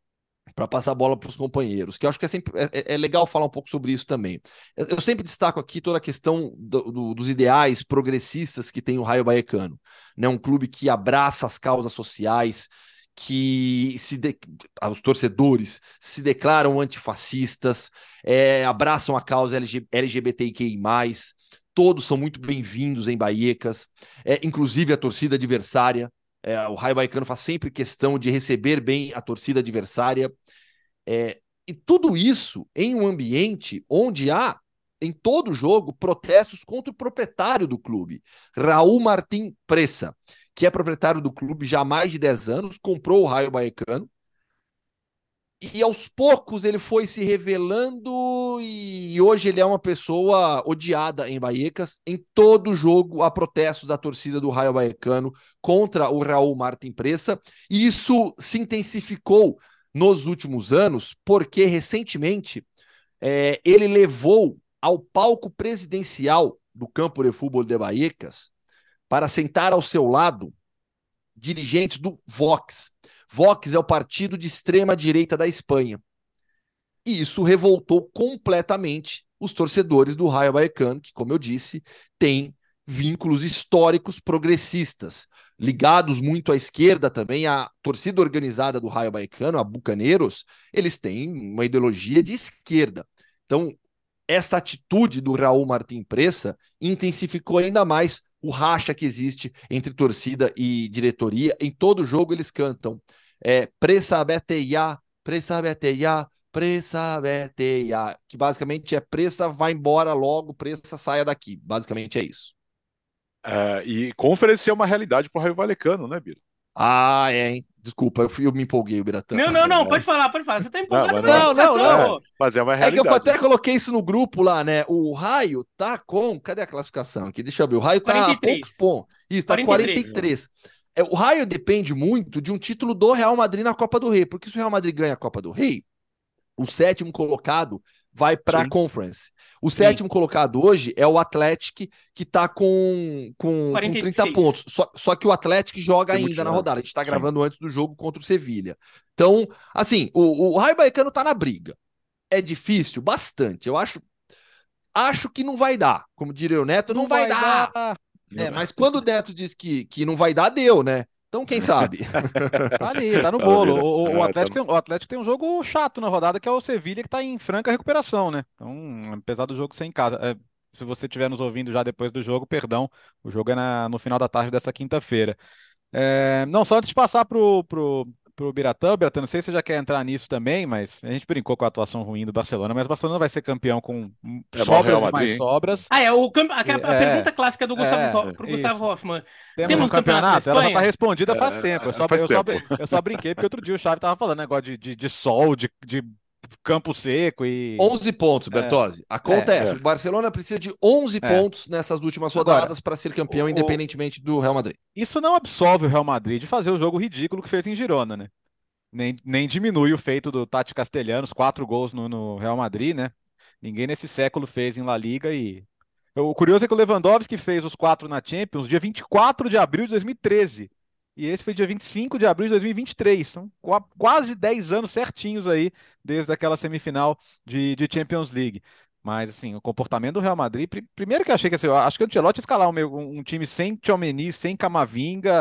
para passar a bola para os companheiros, que eu acho que é legal falar um pouco sobre isso também. Eu sempre destaco aqui toda a questão dos ideais progressistas que tem o Raio Vallecano, né? Um clube que abraça as causas sociais, que os torcedores se declaram antifascistas, abraçam a causa LGBTQI+, todos são muito bem-vindos em Vallecas, inclusive a torcida adversária. O Raio Vallecano faz sempre questão de receber bem a torcida adversária. E tudo isso em um ambiente onde há, em todo jogo, protestos contra o proprietário do clube, Raul Martín Presa, que é proprietário do clube já há mais de 10 anos, comprou o Raio Vallecano, e aos poucos ele foi se revelando e hoje ele é uma pessoa odiada em Vallecas. Em todo jogo há protestos da torcida do Raio Vallecano contra o Raul Martín Presa, e isso se intensificou nos últimos anos porque recentemente ele levou ao palco presidencial do Campo de Futebol de Vallecas para sentar ao seu lado dirigentes do Vox. Vox é o partido de extrema-direita da Espanha. E isso revoltou completamente os torcedores do Raio Vallecano, que, como eu disse, tem vínculos históricos progressistas, ligados muito à esquerda também. A torcida organizada do Raio Vallecano, a Bucaneiros, eles têm uma ideologia de esquerda. Então, essa atitude do Raul Martín Presa intensificou ainda mais o racha que existe entre torcida e diretoria. Em todo jogo eles cantam Presa vete ya, Presa vete ya, Presa vete ya, que basicamente é Presa vai embora logo, Presa saia daqui. Basicamente é isso. E conferenciar uma realidade pro Raio Vallecano, né, Biro? Hein? Desculpa, eu me empolguei, Biratã. Não, pode falar. Você tá empolgado não, pela não. Mas é uma É que realidade. eu até coloquei isso no grupo lá, né? O Raio tá com... Cadê a classificação aqui? Deixa eu ver. O Raio tá 43. a poucos pontos. Isso, tá 43. O Raio depende muito de um título do Real Madrid na Copa do Rei, porque se o Real Madrid ganha a Copa do Rei, o sétimo colocado vai para a Conference. O sétimo colocado hoje é o Atlético, que está com 30 pontos. Só que o Atlético joga ainda na rodada. A gente está gravando antes do jogo contra o Sevilha. Então, assim, o Raio Vallecano está na briga. É difícil? Bastante. Eu acho que não vai dar. Como diria o Neto, não vai dar. Mas quando o Neto diz que não vai dar, deu, né? Então, quem sabe? Tá ali, tá no bolo. O Atlético tem um jogo chato na rodada, que é o Sevilha, que tá em franca recuperação, né? Então, apesar do jogo ser em casa. Se você estiver nos ouvindo já depois do jogo, perdão, o jogo é no final da tarde dessa quinta-feira. Não, só antes de passar pro Biratã, não sei se você já quer entrar nisso também, mas a gente brincou com a atuação ruim do Barcelona, mas o Barcelona vai ser campeão com sobras e mais sobras. A pergunta clássica do Gustavo Hoffmann. Temos um campeonato? Ela já tá respondida faz tempo. Eu só brinquei porque outro dia o Xavi tava falando negócio de sol, de campo seco e... 11 pontos, Bertozzi. Acontece. O Barcelona precisa de 11 pontos nessas últimas rodadas para ser campeão, independentemente do Real Madrid. Isso não absolve o Real Madrid de fazer o jogo ridículo que fez em Girona, né? Nem diminui o feito do Tati Castellanos, 4 gols no Real Madrid, né? Ninguém nesse século fez em La Liga e... O curioso é que o Lewandowski fez os 4 na Champions dia 24 de abril de 2013. E esse foi dia 25 de abril de 2023. São quase 10 anos certinhos aí, desde aquela semifinal de Champions League. Mas, assim, o comportamento do Real Madrid... Primeiro que eu achei que, assim, eu acho que o Ancelotti ia escalar um time sem Tchouaméni, sem Camavinga,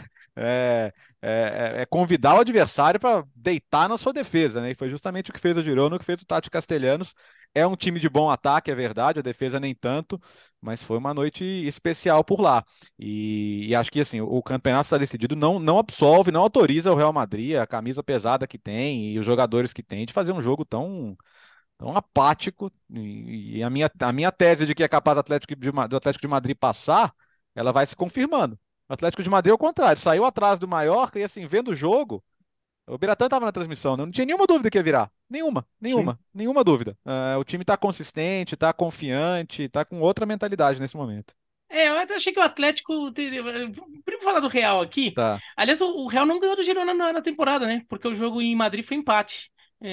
convidar o adversário para deitar na sua defesa, né? E foi justamente o que fez o Girona, o que fez o Tati Castellanos. É um time de bom ataque, é verdade, a defesa nem tanto, mas foi uma noite especial por lá. E acho que assim, o campeonato está decidido, não absolve, não autoriza o Real Madrid, a camisa pesada que tem e os jogadores que tem, de fazer um jogo tão apático. E a minha tese de que é capaz do Atlético de Madrid passar, ela vai se confirmando. O Atlético de Madrid é o contrário, saiu atrás do Mallorca e assim, vendo o jogo, o Biratã estava na transmissão, né? Não tinha nenhuma dúvida que ia virar. Nenhuma dúvida. O time está consistente, está confiante, está com outra mentalidade nesse momento. Eu até achei que o Atlético... Primeiro falar do Real aqui. Tá. Aliás, o Real não ganhou do Girona na temporada, né? Porque o jogo em Madrid foi empate.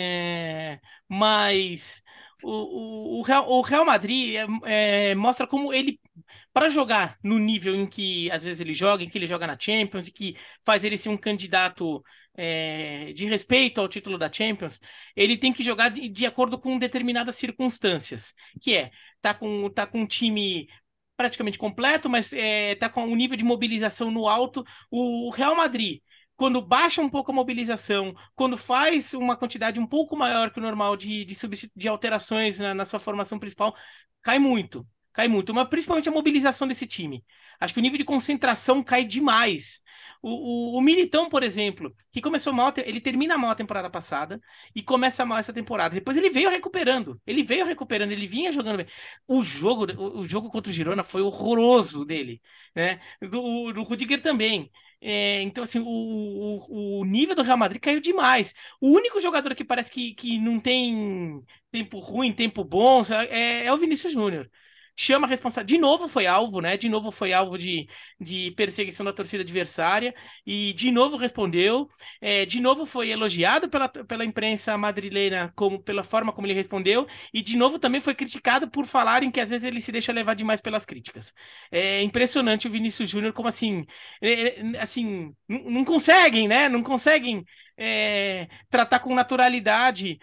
Mas o Real Madrid mostra como ele... Para jogar no nível em que às vezes ele joga, em que ele joga na Champions, e que faz ele ser um candidato de respeito ao título da Champions, ele tem que jogar de acordo com determinadas circunstâncias, que tá com um time praticamente completo, mas tá com um nível de mobilização no alto. O Real Madrid, quando baixa um pouco a mobilização, quando faz uma quantidade um pouco maior que o normal de alterações na sua formação principal, cai muito. Cai muito, mas principalmente a mobilização desse time. Acho que o nível de concentração cai demais. O Militão, por exemplo, que começou mal, ele termina mal a temporada passada e começa mal essa temporada. Depois ele veio recuperando. Ele vinha jogando bem. O jogo contra o Girona foi horroroso dele, né? Do Rudiger também. Então, assim, o nível do Real Madrid caiu demais. O único jogador que parece que não tem tempo ruim, tempo bom, é o Vinícius Júnior. Chama a responsabilidade. De novo foi alvo, né? De novo foi alvo de perseguição da torcida adversária e de novo respondeu. De novo foi elogiado pela imprensa madrilena pela forma como ele respondeu e de novo também foi criticado por falarem que às vezes ele se deixa levar demais pelas críticas. É impressionante o Vinícius Júnior como assim, assim, não conseguem, né? Não conseguem tratar com naturalidade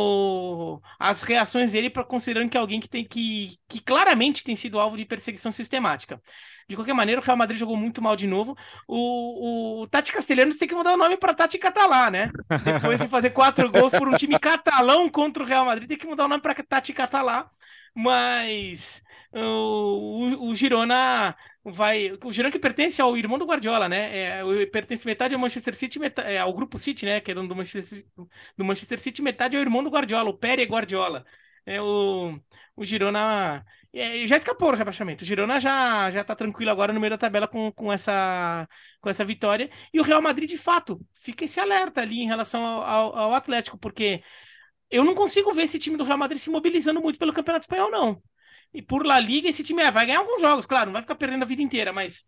as reações dele, considerando que é alguém que claramente tem sido alvo de perseguição sistemática. De qualquer maneira, o Real Madrid jogou muito mal de novo. O Tati Castelhanos tem que mudar o nome para Tati Catalá, né? Depois de fazer 4 gols por um time catalão contra o Real Madrid, tem que mudar o nome para Tati Catalá. Mas o Girona o Girona que pertence ao irmão do Guardiola, né? Pertence metade ao Manchester City, ao Grupo City, né? Que é dono do Manchester City, metade é o irmão do Guardiola, o Pere Guardiola. O Girona já escapou do rebaixamento. O Girona já tá tranquilo agora no meio da tabela com essa vitória. E o Real Madrid, de fato, fica esse alerta ali em relação ao Atlético, porque eu não consigo ver esse time do Real Madrid se mobilizando muito pelo Campeonato Espanhol, não. E por La Liga, esse time vai ganhar alguns jogos, claro, não vai ficar perdendo a vida inteira, mas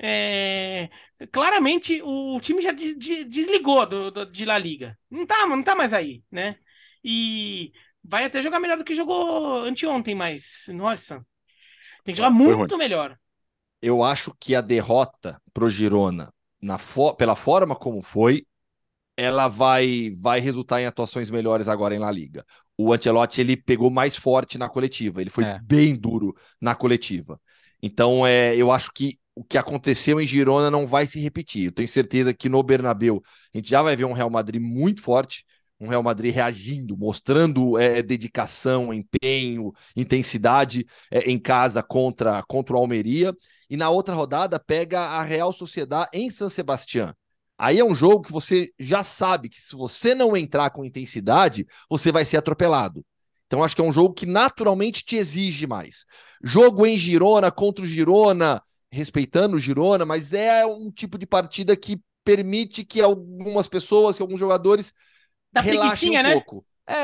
claramente o time já desligou de La Liga. Não tá mais aí, né? E vai até jogar melhor do que jogou anteontem, mas, nossa, tem que jogar Foi ruim. muito melhor. Eu acho que a derrota pro Girona, pela forma como foi, ela vai resultar em atuações melhores agora em La Liga. O Ancelotti, ele pegou mais forte na coletiva, ele foi bem duro na coletiva. Então, eu acho que o que aconteceu em Girona não vai se repetir. Eu tenho certeza que no Bernabéu a gente já vai ver um Real Madrid muito forte, um Real Madrid reagindo, mostrando dedicação, empenho, intensidade em casa contra o Almeria. E na outra rodada pega a Real Sociedad em San Sebastián. Aí é um jogo que você já sabe que se você não entrar com intensidade, você vai ser atropelado. Então acho que é um jogo que naturalmente te exige mais. Jogo em Girona contra o Girona, respeitando o Girona, mas é um tipo de partida que permite que algumas pessoas, que alguns jogadores relaxem um pouco.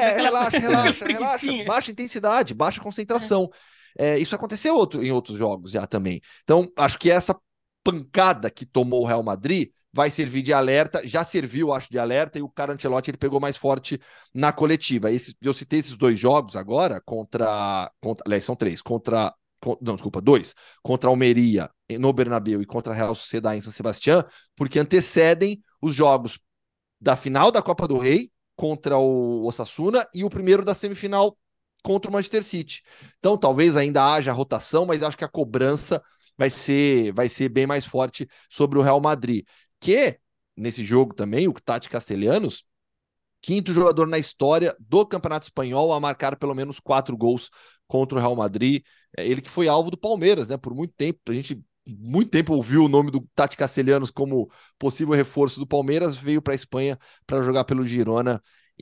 Relaxa. Baixa intensidade, baixa concentração. Isso aconteceu em outros jogos já também. Então acho que essa pancada que tomou o Real Madrid vai servir de alerta, já serviu, acho, de alerta, e o Carlo Ancelotti ele pegou mais forte na coletiva. Eu citei esses 2 jogos agora, aliás, são 3, dois, contra a Almeria no Bernabéu e contra a Real Sociedad em San Sebastián, porque antecedem os jogos da final da Copa do Rei contra o Osasuna e o primeiro da semifinal contra o Manchester City. Então, talvez ainda haja rotação, mas acho que a cobrança vai ser bem mais forte sobre o Real Madrid. Que, nesse jogo também, o Tati Castelhanos, 5º jogador na história do Campeonato Espanhol a marcar pelo menos 4 gols contra o Real Madrid. Ele que foi alvo do Palmeiras, né? Por muito tempo, a gente muito tempo ouviu o nome do Tati Castelhanos como possível reforço do Palmeiras, veio para a Espanha para jogar pelo Girona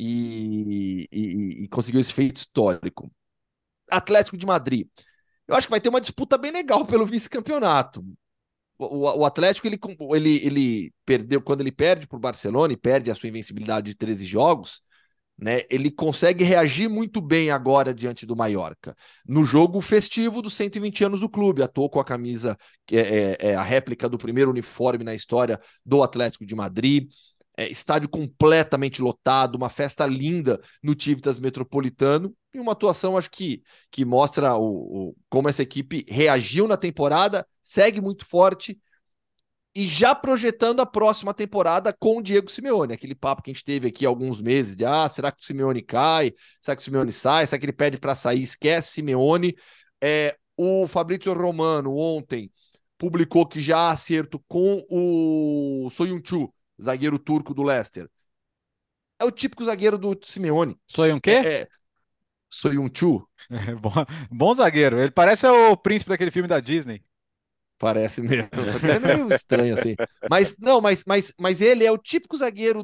e conseguiu esse feito histórico. Atlético de Madrid. Eu acho que vai ter uma disputa bem legal pelo vice-campeonato. O Atlético, ele perdeu, quando ele perde para o Barcelona e perde a sua invencibilidade de 13 jogos, né, ele consegue reagir muito bem agora diante do Mallorca. No jogo festivo dos 120 anos do clube, atuou com a camisa, a réplica do primeiro uniforme na história do Atlético de Madrid, estádio completamente lotado, uma festa linda no Civitas Metropolitano, e uma atuação, acho que mostra como essa equipe reagiu na temporada, segue muito forte e já projetando a próxima temporada com o Diego Simeone. Aquele papo que a gente teve aqui há alguns meses de será que o Simeone cai? Será que o Simeone sai? Será que ele pede para sair? Esquece Simeone. O Fabrizio Romano ontem publicou que já há acerto com o Soyuncu, zagueiro turco do Leicester. É o típico zagueiro do Simeone. Sou um quê? Soyuncu. Bom zagueiro. Ele parece o príncipe daquele filme da Disney. Parece mesmo, só que ele é meio estranho assim. Mas ele é o típico zagueiro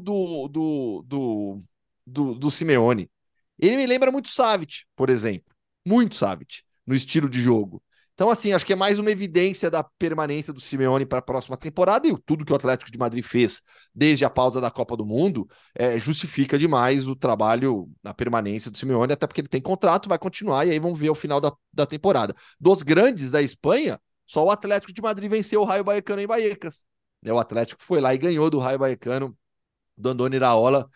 do Simeone. Ele me lembra muito Savic, por exemplo. Muito Savic, no estilo de jogo. Então, assim, acho que é mais uma evidência da permanência do Simeone para a próxima temporada e tudo que o Atlético de Madrid fez desde a pausa da Copa do Mundo justifica demais o trabalho, a permanência do Simeone, até porque ele tem contrato, vai continuar e aí vamos ver o final da temporada. Dos grandes da Espanha, só o Atlético de Madrid venceu o Raio Vallecano em Vallecas. O Atlético foi lá e ganhou do Raio Vallecano, do Andoni Iraola,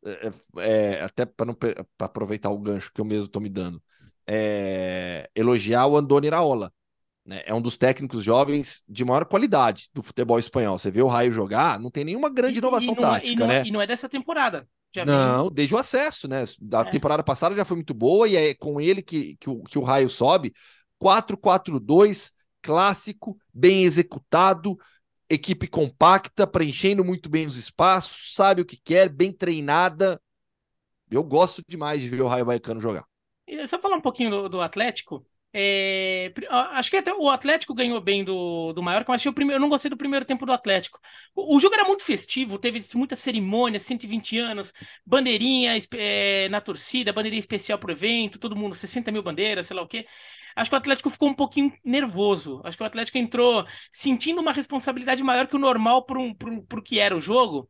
até para aproveitar o gancho que eu mesmo estou me dando, elogiar o Andoni Iraola. Né? É um dos técnicos jovens de maior qualidade do futebol espanhol. Você vê o Raio jogar, não tem nenhuma grande inovação tática, né? E não é dessa temporada. Não, desde o acesso, né? A temporada passada já foi muito boa e é com ele que o Raio sobe. 4-4-2, clássico, bem executado, equipe compacta, preenchendo muito bem os espaços, sabe o que quer, bem treinada. Eu gosto demais de ver o Raio Vallecano jogar. E só falar um pouquinho do Atlético. Acho que até o Atlético ganhou bem do Mallorca, mas eu não gostei do primeiro tempo do Atlético. O jogo era muito festivo, teve muita cerimônia, 120 anos, bandeirinha na torcida, bandeirinha especial pro evento, todo mundo, 60 mil bandeiras, sei lá o quê. Acho que o Atlético ficou um pouquinho nervoso. Acho que o Atlético entrou sentindo uma responsabilidade maior que o normal pro que era o jogo.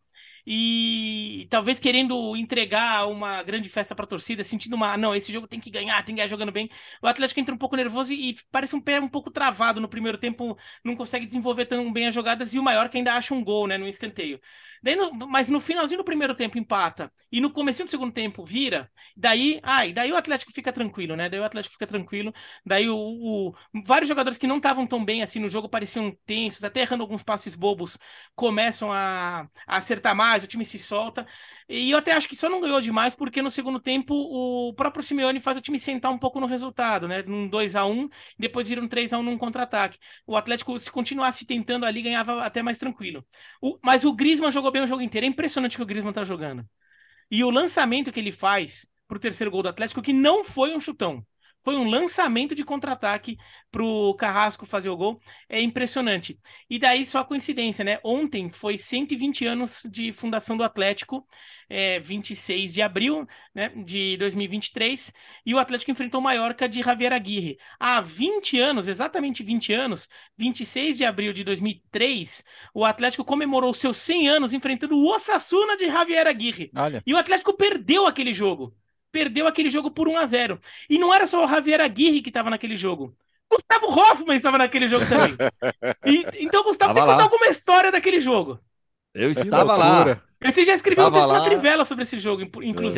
E talvez querendo entregar uma grande festa para a torcida, sentindo não, esse jogo tem que ganhar jogando bem. O Atlético entra um pouco nervoso e parece um pé um pouco travado no primeiro tempo, não consegue desenvolver tão bem as jogadas e o Mallorca ainda acha um gol, né, no escanteio. Mas no finalzinho do primeiro tempo empata e no comecinho do segundo tempo vira, daí o Atlético fica tranquilo, né? Daí o Atlético fica tranquilo, daí vários jogadores que não estavam tão bem assim no jogo pareciam tensos, até errando alguns passes bobos, começam a acertar mais, o time se solta. E eu até acho que só não ganhou demais porque no segundo tempo o próprio Simeone faz o time sentar um pouco no resultado, né? Num 2-1, depois vira um 3-1 num contra-ataque. O Atlético, se continuasse tentando ali, ganhava até mais tranquilo. Mas o Griezmann jogou bem o jogo inteiro. É impressionante o que o Griezmann tá jogando. E o lançamento que ele faz pro terceiro gol do Atlético, que não foi um chutão. Foi um lançamento de contra-ataque pro Carrasco fazer o gol. É impressionante. E daí só coincidência, né? Ontem foi 120 anos de fundação do Atlético, 26 de abril, né, de 2023, e o Atlético enfrentou o Mallorca de Javier Aguirre. Há 20 anos, exatamente 20 anos, 26 de abril de 2003, o Atlético comemorou seus 100 anos enfrentando o Osasuna de Javier Aguirre. Olha. E o Atlético perdeu aquele jogo. Perdeu aquele jogo por 1-0. E não era só o Javier Aguirre que estava naquele jogo. Gustavo Hoffmann estava naquele jogo também. Então, Gustavo, tem que contar alguma história daquele jogo. Eu estava lá. Você já escreveu um texto na Trivela sobre esse jogo, inclusive.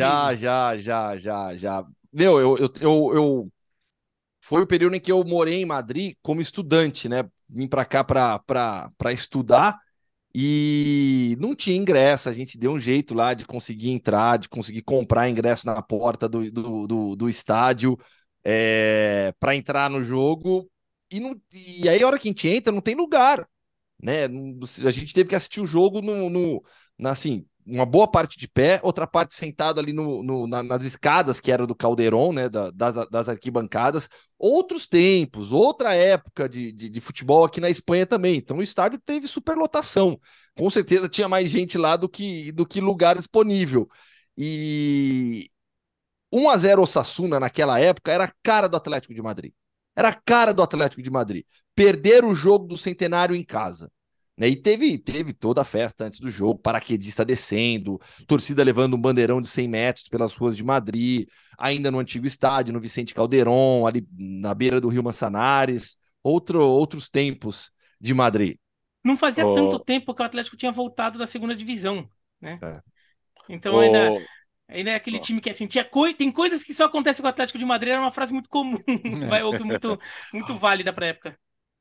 Já. Meu, foi o período em que eu morei em Madrid como estudante, né? Vim para cá para estudar e não tinha ingresso. A gente deu um jeito lá de conseguir entrar, de conseguir comprar ingresso na porta do estádio para entrar no jogo. E aí, a hora que a gente entra, não tem lugar, né? A gente teve que assistir o jogo assim, uma boa parte de pé, outra parte sentado ali nas escadas que era do Caldeirão, né? Das arquibancadas. Outros tempos, outra época de futebol aqui na Espanha também. Então o estádio teve superlotação. Com certeza tinha mais gente lá do que lugar disponível. E 1-0 Osasuna naquela época era a cara do Atlético de Madrid. Era a cara do Atlético de Madrid. Perder o jogo do Centenário em casa. Né? E teve toda a festa antes do jogo, paraquedista descendo, torcida levando um bandeirão de 100 metros pelas ruas de Madrid, ainda no antigo estádio, no Vicente Calderón, ali na beira do Rio Manzanares, outros tempos de Madrid. Não fazia tanto tempo que o Atlético tinha voltado da segunda divisão, né? Então ainda é aquele time que assim, tem coisas que só acontecem com o Atlético de Madrid, era uma frase muito comum, ou muito válida para a época.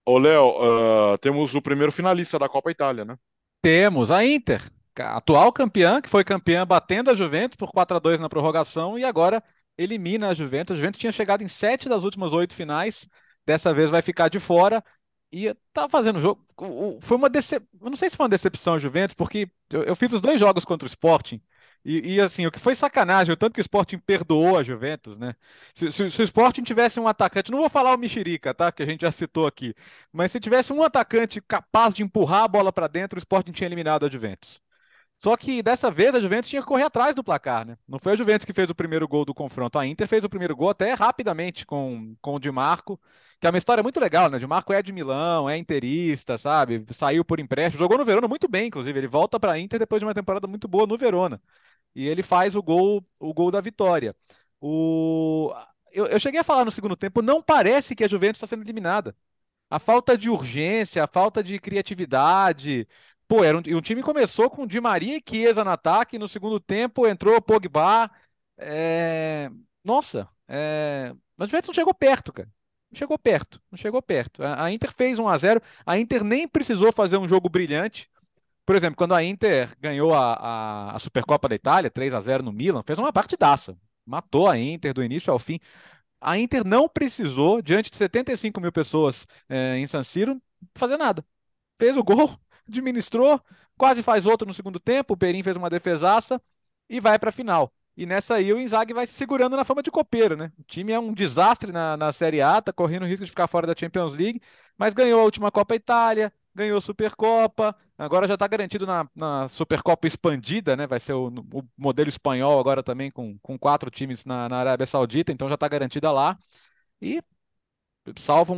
Ô, Léo, temos o primeiro finalista da Copa Itália, né? Temos a Inter, atual campeã, que foi campeã batendo a Juventus por 4-2 na prorrogação e agora elimina a Juventus. A Juventus tinha chegado em 7 das últimas 8 finais, dessa vez vai ficar de fora e tá fazendo jogo. Foi uma eu não sei se foi uma decepção a Juventus, porque eu fiz os dois jogos contra o Sporting assim, o que foi sacanagem, o tanto que o Sporting perdoou a Juventus, né? Se o Sporting tivesse um atacante, não vou falar o Mexerica, tá? Que a gente já citou aqui, mas se tivesse um atacante capaz de empurrar a bola para dentro, o Sporting tinha eliminado a Juventus. Só que dessa vez a Juventus tinha que correr atrás do placar, né? Não foi a Juventus que fez o primeiro gol do confronto. A Inter fez o primeiro gol até rapidamente com o Di Marco, que é uma história muito legal, né? O Di Marco é de Milão, é interista, sabe? Saiu por empréstimo, jogou no Verona muito bem, inclusive. Ele volta para a Inter depois de uma temporada muito boa no Verona. E ele faz o gol da vitória. O... eu cheguei a falar no segundo tempo, não parece que a Juventus está sendo eliminada. A falta de urgência, a falta de criatividade. Pô, um time começou com Di Maria e Chiesa no ataque, no segundo tempo entrou Pogba. É, Nossa, a Juventus não chegou perto, cara. Não chegou perto, não chegou perto. A Inter fez 1-0, a Inter nem precisou fazer um jogo brilhante. Por exemplo, quando a Inter ganhou a Supercopa da Itália, 3-0 no Milan, fez uma partidaça. Matou a Inter do início ao fim. A Inter não precisou, diante de 75 mil pessoas em San Siro, fazer nada. Fez o gol, administrou, quase faz outro no segundo tempo, o Perin fez uma defesaça e vai para a final. E nessa aí o Inzaghi vai se segurando na fama de copeiro, né? O time é um desastre na Série A, tá correndo o risco de ficar fora da Champions League, mas ganhou a última Copa Itália, ganhou a Supercopa, agora já está garantido na Supercopa expandida, né? Vai ser o modelo espanhol agora também com 4 times na Arábia Saudita, então já está garantida lá. E salvo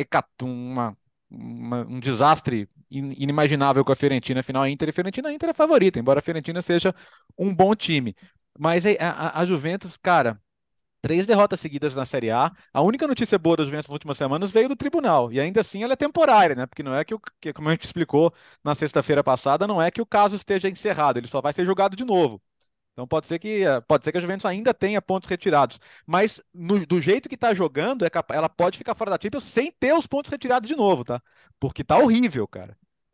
um desastre inimaginável com a Fiorentina, afinal a Inter é favorita, embora a Fiorentina seja um bom time. Mas a Juventus, cara, 3 derrotas seguidas na Série A. A única notícia boa da Juventus nas últimas semanas veio do tribunal. E ainda assim ela é temporária, né? Porque não é como a gente explicou na sexta-feira passada, não é que o caso esteja encerrado, ele só vai ser julgado de novo. Então pode ser que a Juventus ainda tenha pontos retirados. Mas do jeito que tá jogando, ela pode ficar fora da Champions sem ter os pontos retirados de novo, tá? Porque tá horrível, cara.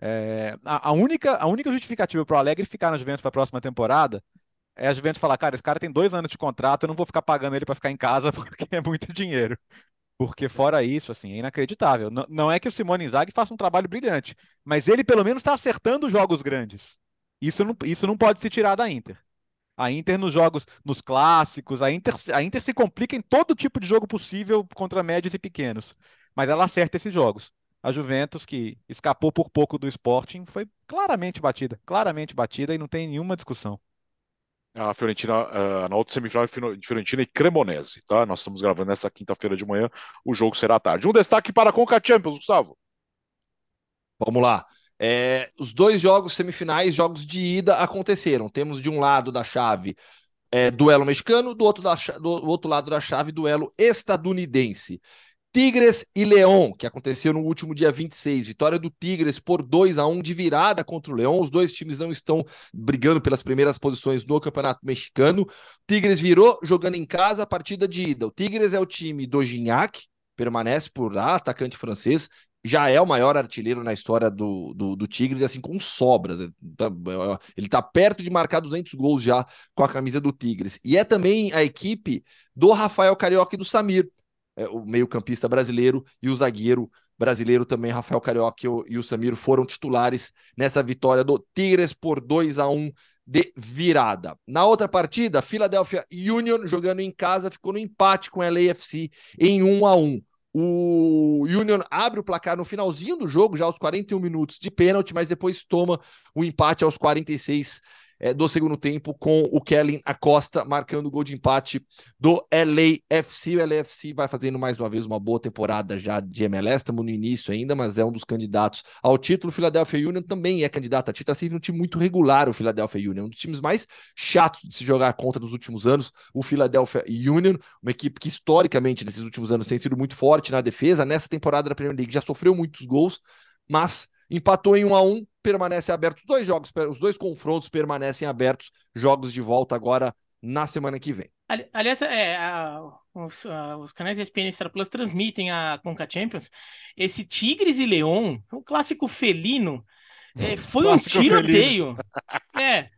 A única justificativa para o Allegri ficar na Juventus para a próxima temporada é a Juventus falar, cara, esse cara tem 2 anos de contrato, eu não vou ficar pagando ele para ficar em casa porque é muito dinheiro. Porque fora isso, assim, é inacreditável. Não é que o Simone Inzaghi faça um trabalho brilhante, mas ele pelo menos está acertando jogos grandes. Isso não pode se tirar da Inter. A Inter nos jogos, nos clássicos, a Inter se complica em todo tipo de jogo possível contra médios e pequenos, mas ela acerta esses jogos. A Juventus, que escapou por pouco do Sporting, foi claramente batida e não tem nenhuma discussão. A Fiorentina, na outra semifinal de Fiorentina e Cremonese, tá? Nós estamos gravando nessa quinta-feira de manhã, o jogo será à tarde. Um destaque para a Conca Champions, Gustavo. Vamos lá. Os dois jogos semifinais, jogos de ida, aconteceram. Temos de um lado da chave duelo mexicano, do outro lado da chave, duelo estadunidense. Tigres e León, que aconteceu no último dia 26. Vitória do Tigres por 2-1 de virada contra o León. Os dois times não estão brigando pelas primeiras posições no Campeonato Mexicano. Tigres virou jogando em casa a partida de ida. O Tigres é o time do Gignac, permanece por lá, atacante francês. Já é o maior artilheiro na história do Tigres, assim, com sobras. Ele tá perto de marcar 200 gols já com a camisa do Tigres. E é também a equipe do Rafael Carioca e do Samir, o meio-campista brasileiro, e o zagueiro brasileiro também, Rafael Carioca e o Samir, foram titulares nessa vitória do Tigres por 2-1 de virada. Na outra partida, Philadelphia Union, jogando em casa, ficou no empate com a LAFC em 1-1. O Union abre o placar no finalzinho do jogo, já aos 41 minutos de pênalti, mas depois toma o empate aos 46 do segundo tempo, com o Kellen Acosta marcando o gol de empate do LAFC. O LAFC vai fazendo mais uma vez uma boa temporada já de MLS, estamos no início ainda, mas é um dos candidatos ao título. O Philadelphia Union também é candidato a título, assim, um time muito regular, o Philadelphia Union, um dos times mais chatos de se jogar contra nos últimos anos, o Philadelphia Union, uma equipe que historicamente nesses últimos anos tem sido muito forte na defesa. Nessa temporada da Premier League já sofreu muitos gols, mas empatou em 1-1, permanece aberto. Os dois confrontos permanecem abertos, jogos de volta agora na semana que vem. Aliás, os canais ESPN e Star Plus transmitem a Conca Champions. Esse Tigres e Leão, o clássico felino, foi um Clássico felino. tiroteio. É,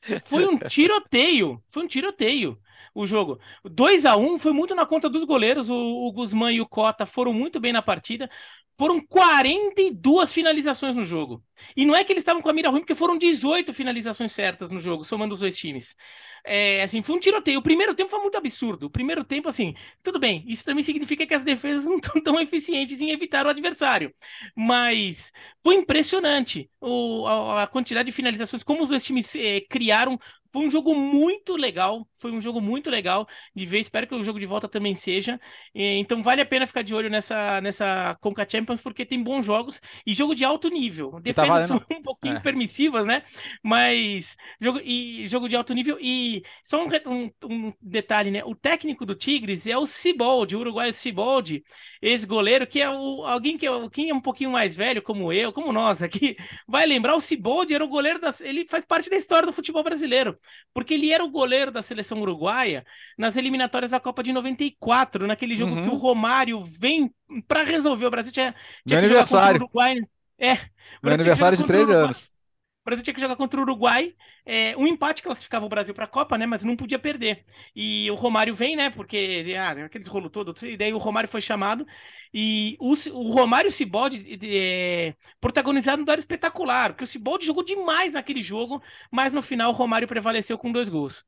foi um tiroteio o jogo. 2-1 foi muito na conta dos goleiros. O Guzmán e o Cota foram muito bem na partida. Foram 42 finalizações no jogo. E não é que eles estavam com a mira ruim, porque foram 18 finalizações certas no jogo, somando os dois times. Assim, foi um tiroteio. O primeiro tempo foi muito absurdo. O primeiro tempo, assim, tudo bem. Isso também significa que as defesas não estão tão eficientes em evitar o adversário. Mas foi impressionante a quantidade de finalizações, como os dois times criaram. Foi um jogo muito legal. Foi um jogo muito legal de ver. Espero que o jogo de volta também seja. Então vale a pena ficar de olho nessa Conca Champions, porque tem bons jogos e jogo de alto nível. E tá Defesas valendo. são um pouquinho É. permissivas, né? Mas jogo de alto nível. E só um detalhe, né? O técnico do Tigres é o Siboldi, o uruguaio Siboldi, ex-goleiro, que é alguém quem é um pouquinho mais velho, como eu, como nós aqui, vai lembrar. O Siboldi era o goleiro ele faz parte da história do futebol brasileiro, porque ele era o goleiro da seleção uruguaia nas eliminatórias da Copa de 94, naquele jogo que o Uhum. Romário vem para resolver. O Brasil Meu tinha que jogar contra o aniversário. Uruguai. É, o Meu Brasil tinha que jogar aniversário de contra o 13 Uruguai. anos. O Brasil tinha que jogar contra o Uruguai. Um empate classificava o Brasil para a Copa, né? Mas não podia perder. E o Romário vem, né? Porque aqueles rolo todo. E daí o Romário foi chamado. E o Romário e o Siboldi protagonizaram um duelo espetacular. Porque o Siboldi jogou demais naquele jogo. Mas no final o Romário prevaleceu com 2 gols.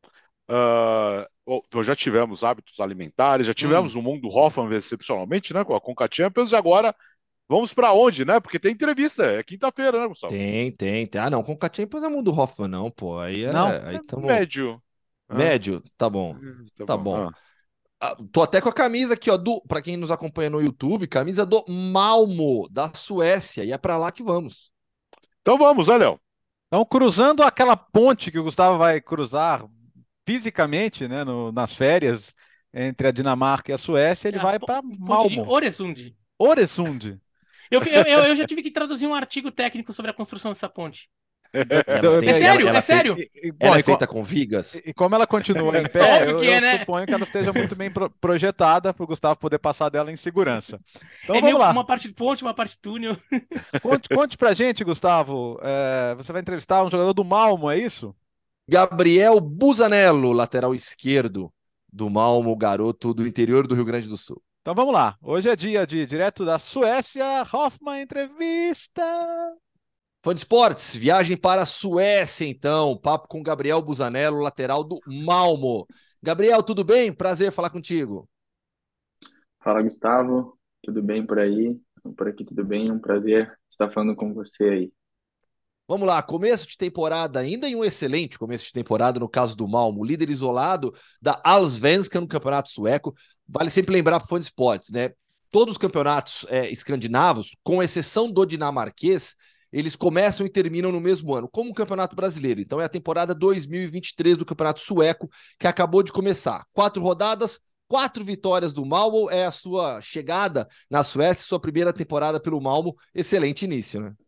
Nós já tivemos hábitos alimentares, já Hum. tivemos o mundo Hoffman excepcionalmente, né? Com a Conca Champions, e agora vamos para onde, né? Porque tem entrevista, é quinta-feira, né, Gustavo? Tem. Ah, não, com o Champions é mundo Hoffman, não, pô. Não. Aí tamo Médio. Ah, médio, tá bom. tá Tá bom. bom. Tô até com a camisa aqui, ó, para quem nos acompanha no YouTube, camisa do Malmo, da Suécia, e é pra lá que vamos. Então vamos, né, Léo? Então, cruzando aquela ponte que o Gustavo vai cruzar fisicamente, né, nas férias entre a Dinamarca e a Suécia, ele A vai para ponte de Malmo. Oresund. Oresund. Eu já tive que traduzir um artigo técnico sobre a construção dessa ponte. Ela Eu- tem, É ela, sério, ela é fei- sério. Bom, ela é feita com vigas. e como ela continua em pé, Óbvio que é, eu né? suponho que ela esteja muito bem projetada para o Gustavo poder passar dela em segurança. Então É vamos meio lá. uma parte de ponte, uma parte de túnel. Conte pra gente, Gustavo. Você vai entrevistar um jogador do Malmo, é isso? Gabriel Busanello, lateral esquerdo do Malmo, garoto do interior do Rio Grande do Sul. Então vamos lá. Hoje é dia de direto da Suécia, Hoffman entrevista. Fã de esportes, viagem para a Suécia, então. Papo com Gabriel Busanello, lateral do Malmo. Gabriel, tudo bem? Prazer falar contigo. Fala, Gustavo. Tudo bem por aí? Por aqui tudo bem? Um prazer estar falando com você aí. Vamos lá, começo de temporada ainda e um excelente começo de temporada no caso do Malmo, líder isolado da Allsvenskan no campeonato sueco. Vale sempre lembrar para fã de esportes, né? Todos os campeonatos escandinavos, com exceção do dinamarquês, eles começam e terminam no mesmo ano, como o Campeonato Brasileiro. Então é a temporada 2023 do Campeonato Sueco que acabou de começar. 4 rodadas, 4 vitórias do Malmo, é a sua chegada na Suécia, sua primeira temporada pelo Malmo. Excelente início, né?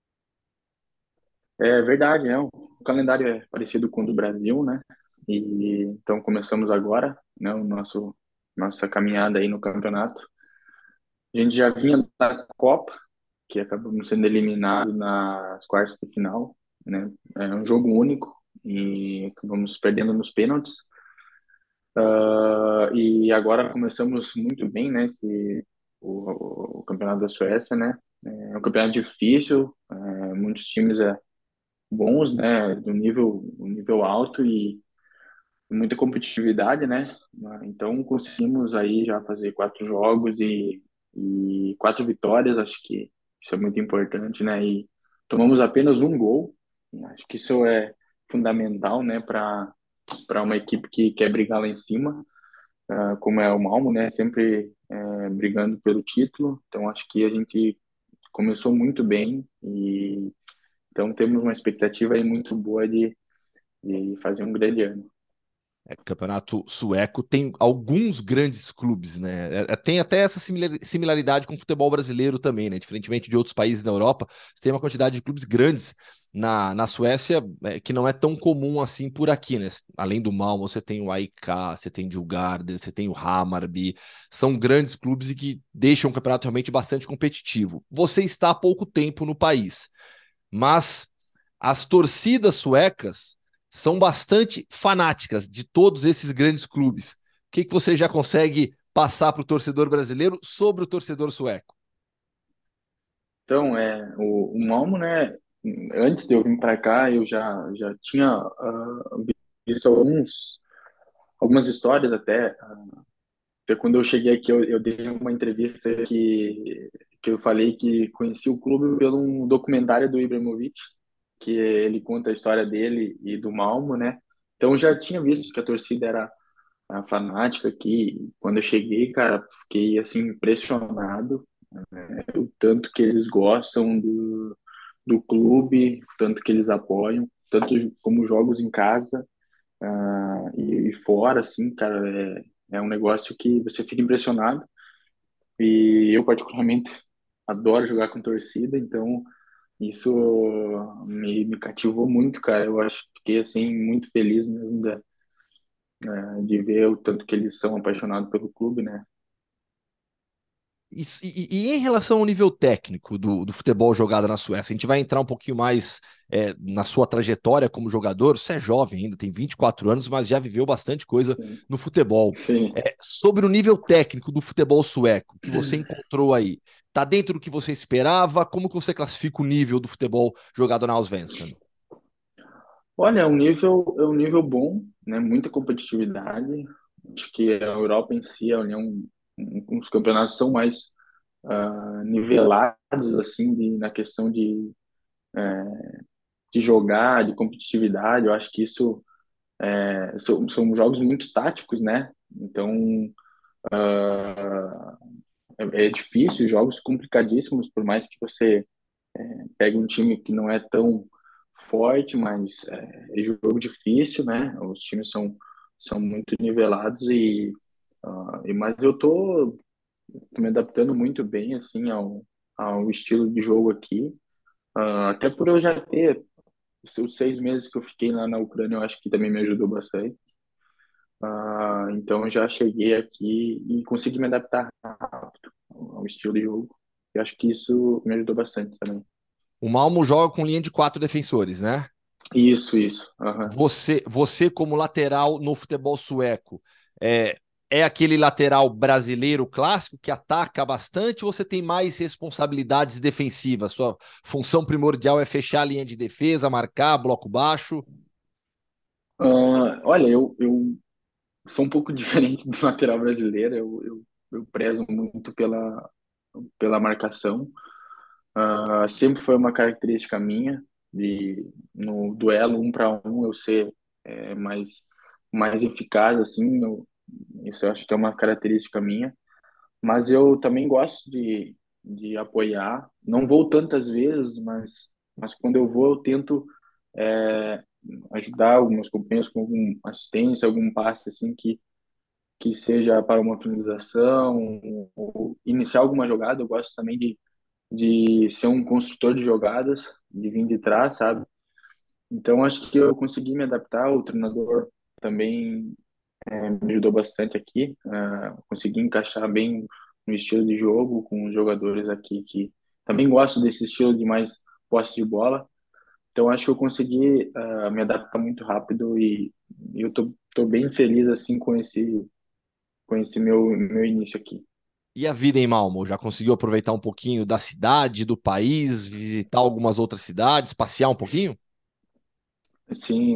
É verdade, né? O calendário é parecido com o do Brasil, né? E então começamos agora, né? Nossa caminhada aí no campeonato. A gente já vinha da Copa, que acabamos sendo eliminados nas quartas de final, né? É um jogo único e acabamos perdendo nos pênaltis. E agora começamos muito bem, né? O campeonato da Suécia, né? É um campeonato difícil, muitos times bons, né? Um nível alto e muita competitividade, né? Então conseguimos aí já fazer 4 jogos e 4 vitórias, acho que isso é muito importante, né? E tomamos apenas um gol, acho que isso é fundamental, né? Para uma equipe que quer brigar lá em cima, como é o Malmo, né? Sempre brigando pelo título. Então acho que a gente começou muito bem e então temos uma expectativa aí muito boa de fazer um grande ano. Campeonato sueco tem alguns grandes clubes, né? Tem até essa similaridade com o futebol brasileiro também, né? Diferentemente de outros países da Europa, você tem uma quantidade de clubes grandes na Suécia, que não é tão comum assim por aqui, né? Além do Malmö, você tem o AIK, você tem o Djurgården, você tem o Hammarby, são grandes clubes e que deixam o campeonato realmente bastante competitivo. Você está há pouco tempo no país, mas as torcidas suecas são bastante fanáticas de todos esses grandes clubes. O que você já consegue passar para o torcedor brasileiro sobre o torcedor sueco? Então, o Malmo, né? Antes de eu vir para cá, eu já tinha visto algumas histórias até quando eu cheguei aqui, eu dei uma entrevista que eu falei que conheci o clube pelo um documentário do Ibrahimovic, que ele conta a história dele e do Malmo, né? Então eu já tinha visto que a torcida era fanática aqui. Quando eu cheguei, cara, fiquei assim impressionado, né? O tanto que eles gostam do clube, o tanto que eles apoiam, tanto como jogos em casa, e fora, assim, cara, é um negócio que você fica impressionado. E eu, particularmente, adoro jogar com torcida, então isso me cativou muito, cara. Eu acho que fiquei, assim, muito feliz mesmo de ver o tanto que eles são apaixonados pelo clube, né? E em relação ao nível técnico do futebol jogado na Suécia, a gente vai entrar um pouquinho mais na sua trajetória como jogador. Você é jovem ainda, tem 24 anos, mas já viveu bastante coisa Sim. no futebol. Sim. Sobre o nível técnico do futebol sueco que você encontrou aí, tá dentro do que você esperava? Como que você classifica o nível do futebol jogado na Allsvenskan? Olha, é um nível bom, né? Muita competitividade. Acho que a Europa em si, os campeonatos são mais nivelados, assim, na questão de jogar, de competitividade. Eu acho que isso são jogos muito táticos, né? Então, ah, é difícil, jogos complicadíssimos, por mais que você pegue um time que não é tão forte, mas é jogo difícil, né? Os times são muito nivelados mas eu tô me adaptando muito bem, assim, ao estilo de jogo aqui. Até por eu já ter os 6 meses que eu fiquei lá na Ucrânia, eu acho que também me ajudou bastante. Então eu já cheguei aqui e consegui me adaptar rápido ao estilo de jogo. Eu acho que isso me ajudou bastante também. O Malmo joga com linha de 4 defensores, né? Isso. Aham. Você como lateral no futebol sueco, é, é aquele lateral brasileiro clássico que ataca bastante ou você tem mais responsabilidades defensivas? Sua função primordial é fechar a linha de defesa, marcar, bloco baixo? Olha, eu sou um pouco diferente do lateral brasileiro. Eu prezo muito pela marcação. Sempre foi uma característica minha no duelo 1-1 eu ser mais eficaz, assim. Isso eu acho que é uma característica minha. Mas eu também gosto de apoiar. Não vou tantas vezes, mas quando eu vou, eu tento é, ajudar os meus companheiros com alguma assistência, algum passe assim que seja para uma finalização ou iniciar alguma jogada. Eu gosto também de ser um construtor de jogadas, de vir de trás, sabe? Então acho que eu consegui me adaptar. O treinador também me ajudou bastante aqui. Consegui encaixar bem no estilo de jogo com os jogadores aqui que também gostam desse estilo de mais posse de bola. Então acho que eu consegui me adaptar muito rápido e eu tô bem feliz assim com esse meu início aqui. E a vida em Malmo? Já conseguiu aproveitar um pouquinho da cidade, do país, visitar algumas outras cidades, passear um pouquinho? Sim,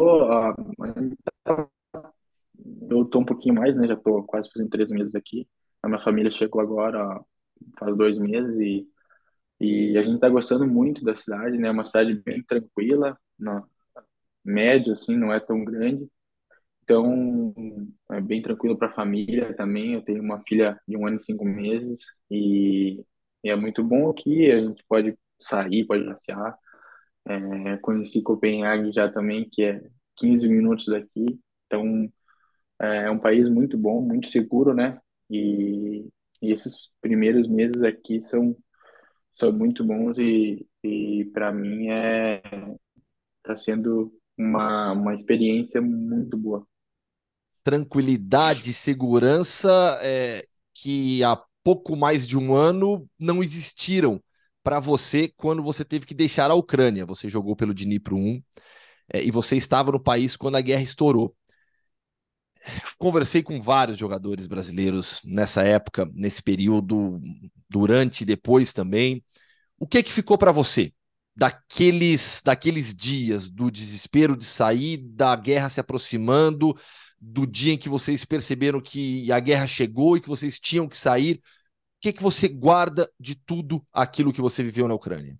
eu tô um pouquinho mais, né? Já tô quase fazendo 3 meses aqui. A minha família chegou agora faz 2 meses e a gente tá gostando muito da cidade, né? É uma cidade bem tranquila, média, assim, não é tão grande. Então, é bem tranquilo para a família também. Eu tenho uma filha de 1 ano e 5 meses e é muito bom aqui. A gente pode sair, pode passear. Conheci Copenhague já também, que é 15 minutos daqui. Então, é um país muito bom, muito seguro, né? E esses primeiros meses aqui são muito bons e para mim tá sendo uma experiência muito boa. Tranquilidade, segurança, que há pouco mais de um ano não existiram para você quando você teve que deixar a Ucrânia. Você jogou pelo Dnipro 1, e você estava no país quando a guerra estourou. Conversei com vários jogadores brasileiros nessa época, nesse período, durante e depois também. O que que ficou para você daqueles dias do desespero de sair, da guerra se aproximando, do dia em que vocês perceberam que a guerra chegou e que vocês tinham que sair? O que que você guarda de tudo aquilo que você viveu na Ucrânia?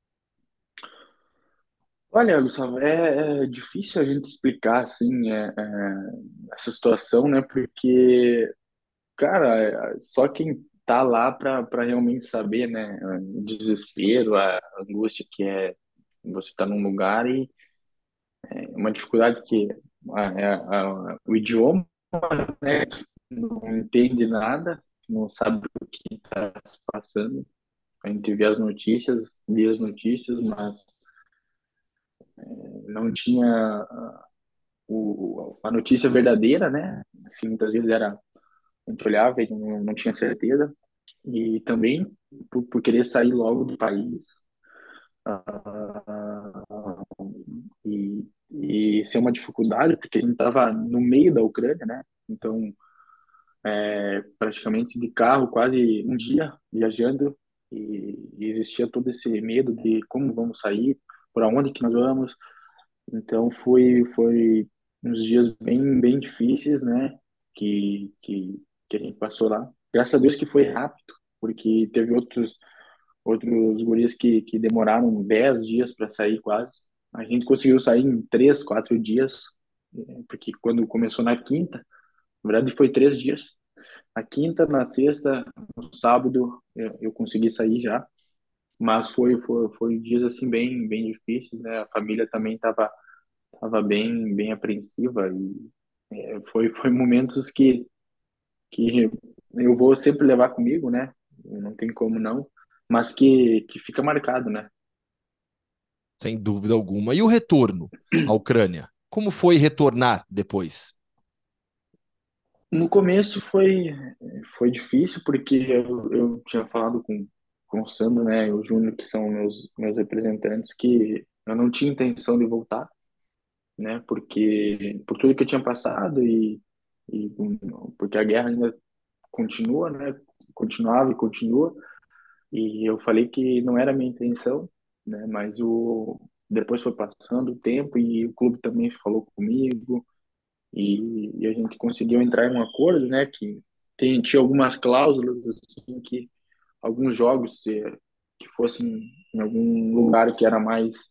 Olha, Gustavo, é difícil a gente explicar assim essa situação, né? Porque, cara, só quem tá lá para realmente saber, né? O desespero, a angústia que é você tá num lugar e uma dificuldade que o idioma, né? Não entende nada, não sabe o que está se passando. A gente via as notícias, mas não tinha a notícia verdadeira, né? Assim, muitas vezes a gente olhava e não tinha certeza. E também por querer sair logo do país e ser uma dificuldade, porque a gente estava no meio da Ucrânia, né? Então, praticamente de carro, quase um dia viajando, e existia todo esse medo de como vamos sair, por onde que nós vamos. Então foi uns dias bem difíceis, né? Que a gente passou lá. Graças a Deus que foi rápido, porque teve outros guris que demoraram 10 dias para sair quase. A gente conseguiu sair em 3, 4 dias, porque quando começou na quinta, na verdade foi 3 dias. Na quinta, na sexta, no sábado eu consegui sair já, mas foi dias assim bem difíceis, né? A família também estava bem apreensiva e foi momentos que eu vou sempre levar comigo, né? Não tem como não, mas que fica marcado, né? Sem dúvida alguma. E o retorno à Ucrânia? Como foi retornar depois? No começo foi difícil porque eu tinha falado com o Sandro, né, e o Júnior, que são meus representantes, que eu não tinha intenção de voltar, né, porque por tudo que eu tinha passado e porque a guerra ainda continua, né, continuava e continua, e eu falei que não era a minha intenção, né, mas depois foi passando o tempo e o clube também falou comigo, e a gente conseguiu entrar em um acordo, né, que tinha algumas cláusulas assim que alguns jogos que fossem em algum lugar que era mais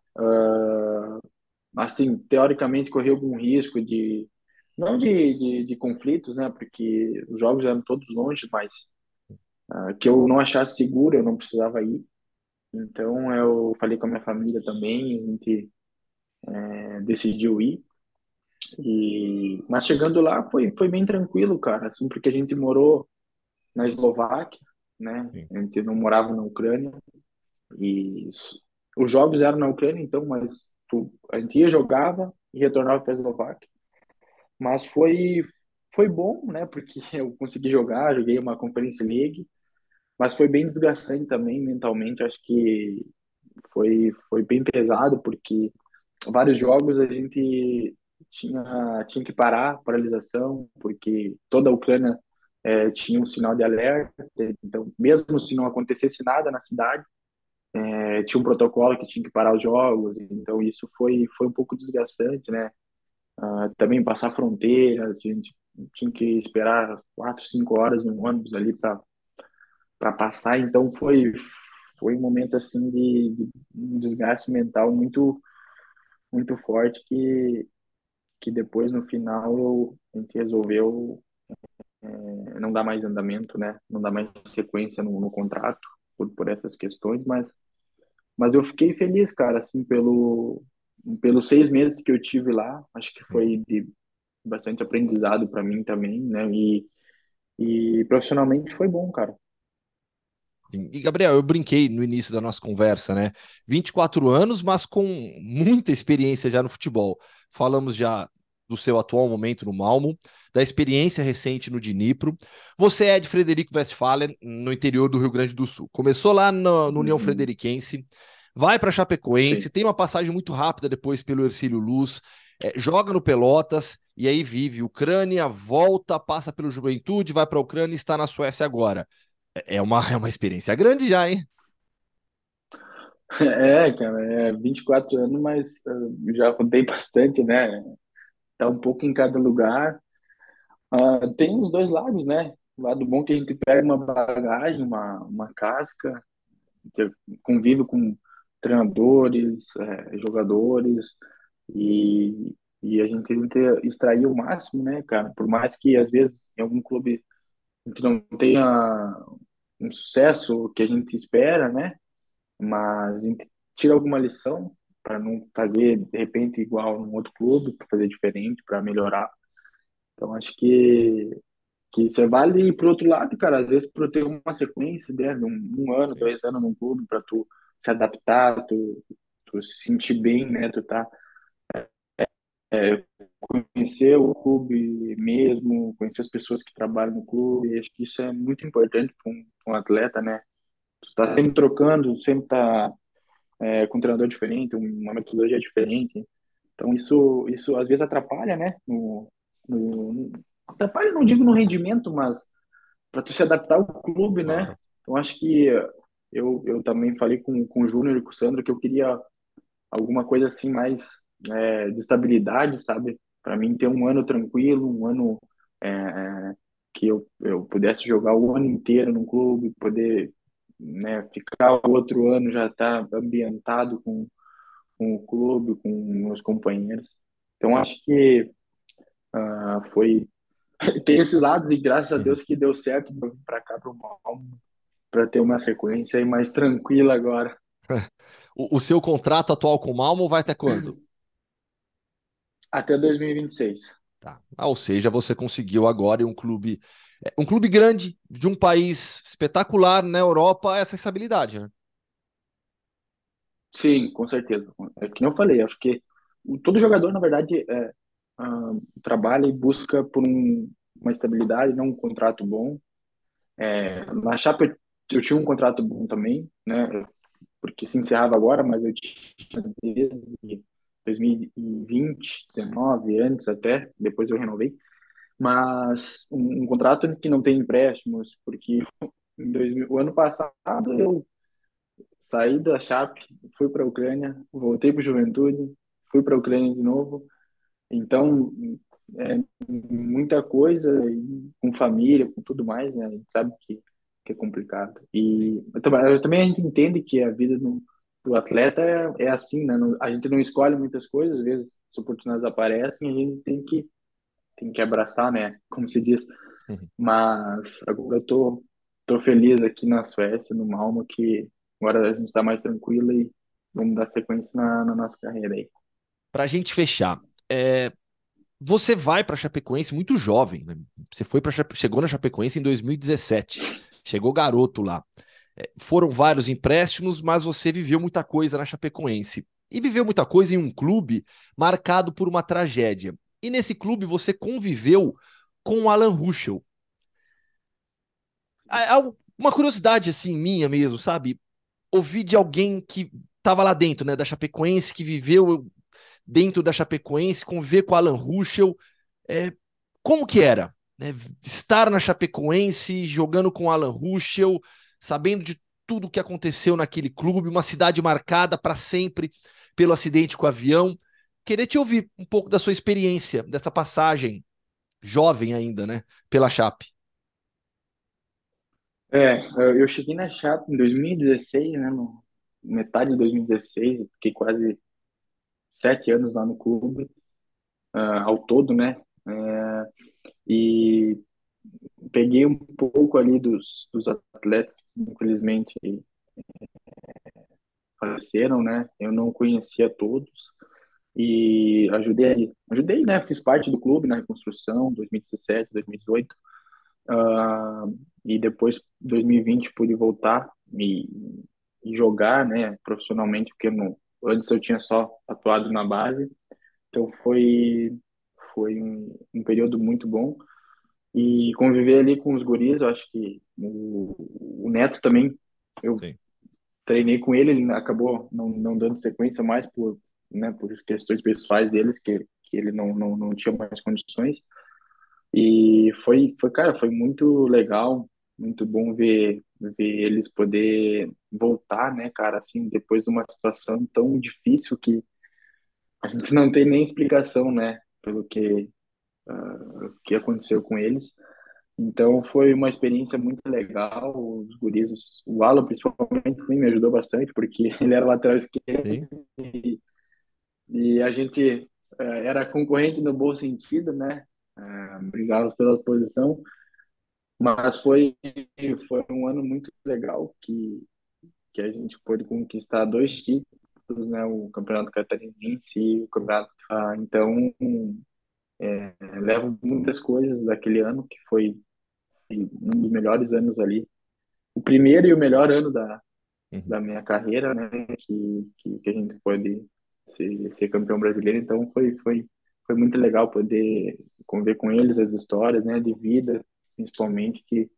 assim, teoricamente corria algum risco de não de conflitos, né, porque os jogos eram todos longe, mas que eu não achasse seguro, eu não precisava ir. Então eu falei com a minha família também, a gente decidiu ir. Mas chegando lá foi bem tranquilo, cara, assim, porque a gente morou na Eslováquia, né? Sim. A gente não morava na Ucrânia e os jogos eram na Ucrânia, então, mas a gente ia jogava e retornava para a Eslováquia. Mas foi bom, né? Porque eu consegui jogar, joguei uma Conference League, mas foi bem desgastante também mentalmente. Acho que foi bem pesado porque vários jogos a gente tinha que parar, paralisação, porque toda a Ucrânia tinha um sinal de alerta, então mesmo se não acontecesse nada na cidade, tinha um protocolo que tinha que parar os jogos, então isso foi um pouco desgastante, né? Também passar fronteira, a gente tinha que esperar 4, 5 horas no ônibus ali para passar, então foi um momento assim de um desgaste mental muito forte que depois no final a gente resolveu não dar mais andamento, né? Não dar mais sequência no contrato por essas questões, mas eu fiquei feliz, cara, assim, pelos 6 meses que eu tive lá. Acho que foi bastante aprendizado para mim também, né? E profissionalmente foi bom, cara. Sim. E, Gabriel, eu brinquei no início da nossa conversa, né? 24 anos, mas com muita experiência já no futebol. Falamos já do seu atual momento no Malmo, da experiência recente no Dnipro. Você é de Frederico Westphalen, no interior do Rio Grande do Sul. Começou lá no União Uhum, Frederiquense, vai para Chapecoense, sim. tem uma passagem muito rápida depois pelo Hercílio Luz, joga no Pelotas e aí vive Ucrânia, volta, passa pelo Juventude, vai para a Ucrânia e está na Suécia agora. É uma experiência grande já, hein? É, cara, 24 anos, mas já rodei bastante, né? Tá um pouco em cada lugar. Tem os dois lados, né? O lado bom é que a gente pega uma bagagem, uma casca, você convive com treinadores, jogadores, e a gente tenta extrair o máximo, né, cara? Por mais que às vezes em algum clube a gente não tenha um sucesso que a gente espera, né? Mas a gente tira alguma lição para não fazer de repente igual num outro clube, para fazer diferente, para melhorar. Então acho que isso é válido. E por outro lado, cara, às vezes para ter uma sequência, né, de um ano, 2 anos num clube, para tu se adaptar, tu se sentir bem, né, tu tá conhecer o clube mesmo, conhecer as pessoas que trabalham no clube. Acho que isso é muito importante para um atleta, né? Tu tá sempre trocando, sempre tá com um treinador diferente, uma metodologia diferente. Então isso às vezes atrapalha, né? Atrapalha, não digo no rendimento, mas para tu se adaptar ao clube, né? Claro. Então acho que eu também falei com o Júnior e com o Sandro que eu queria alguma coisa assim mais de estabilidade, sabe? Para mim ter um ano tranquilo, um ano que eu pudesse jogar o ano inteiro no clube, poder, né, ficar o outro ano já estar ambientado com o clube, com meus companheiros. Então acho que foi tem esses lados e graças a Uhum. Deus que deu certo para cá para o Malmo para ter uma sequência aí mais tranquila agora. O seu contrato atual com o Malmo vai até quando? Até 2026. Tá. Ou seja, você conseguiu agora em um clube grande de um país espetacular na Europa, essa estabilidade, né? Sim, com certeza. É que nem eu falei, acho que todo jogador, na verdade, trabalha e busca por uma estabilidade, não um contrato bom. Na Chape eu tinha um contrato bom também, né? Porque se encerrava agora, mas eu tinha desde 2020, 19, antes até, depois eu renovei. Mas um contrato que não tem empréstimos, porque o ano passado eu saí da Chape, fui para a Ucrânia, voltei para o Juventude, fui para a Ucrânia de novo. Então, é muita coisa, e com família, com tudo mais, né? A gente sabe que é complicado. E também a gente entende que a vida do atleta é assim, né? A gente não escolhe muitas coisas, às vezes as oportunidades aparecem, a gente tem que abraçar, né? Como se diz. Uhum. Mas agora eu tô feliz aqui na Suécia, no Malmo, que agora a gente está mais tranquilo e vamos dar sequência na nossa carreira aí. Para a gente fechar, você vai para Chapecoense muito jovem, né? Você chegou na Chapecoense em 2017, chegou garoto lá. Foram vários empréstimos, mas você viveu muita coisa na Chapecoense. E viveu muita coisa em um clube marcado por uma tragédia. E nesse clube você conviveu com o Alan Ruschel. Uma curiosidade assim minha mesmo, sabe? Ouvi de alguém que estava lá dentro, né, da Chapecoense, que viveu dentro da Chapecoense, conviver com o Alan Ruschel. É, como que era, né, estar na Chapecoense, jogando com o Alan Ruschel, sabendo de tudo o que aconteceu naquele clube, uma cidade marcada para sempre pelo acidente com o avião. Queria te ouvir um pouco da sua experiência, dessa passagem, jovem ainda, né, pela Chape. Eu cheguei na Chape em 2016, né, no metade de 2016, eu fiquei quase 7 anos lá no clube, ao todo, né, e peguei um pouco ali dos atletas que infelizmente faleceram, né, eu não conhecia todos, e ajudei, né? Fiz parte do clube na reconstrução, 2017, 2018, e depois 2020 pude voltar e jogar, né? Profissionalmente, porque antes eu tinha só atuado na base, então foi um período muito bom. E conviver ali com os guris, eu acho que o Neto também, eu Sim. treinei com ele, ele acabou não dando sequência mais por questões pessoais deles, que ele não tinha mais condições. E cara, foi muito legal, muito bom ver eles poder voltar, né, cara, assim, depois de uma situação tão difícil que a gente não tem nem explicação, né, pelo que aconteceu com eles. Então foi uma experiência muito legal. Os guris, o Alan principalmente me ajudou bastante, porque ele era lateral esquerdo Sim. e a gente era concorrente no bom sentido, né? Brigávamos pela posição, mas foi um ano muito legal que a gente pôde conquistar 2 títulos, né? O Campeonato Catarinense e o Campeonato. Então, levo muitas coisas daquele ano, que foi um dos melhores anos ali. O primeiro e o melhor ano Uhum. da minha carreira, né? Que a gente pôde ser campeão brasileiro. Então, foi muito legal poder conviver com eles, as histórias, né? De vida, principalmente,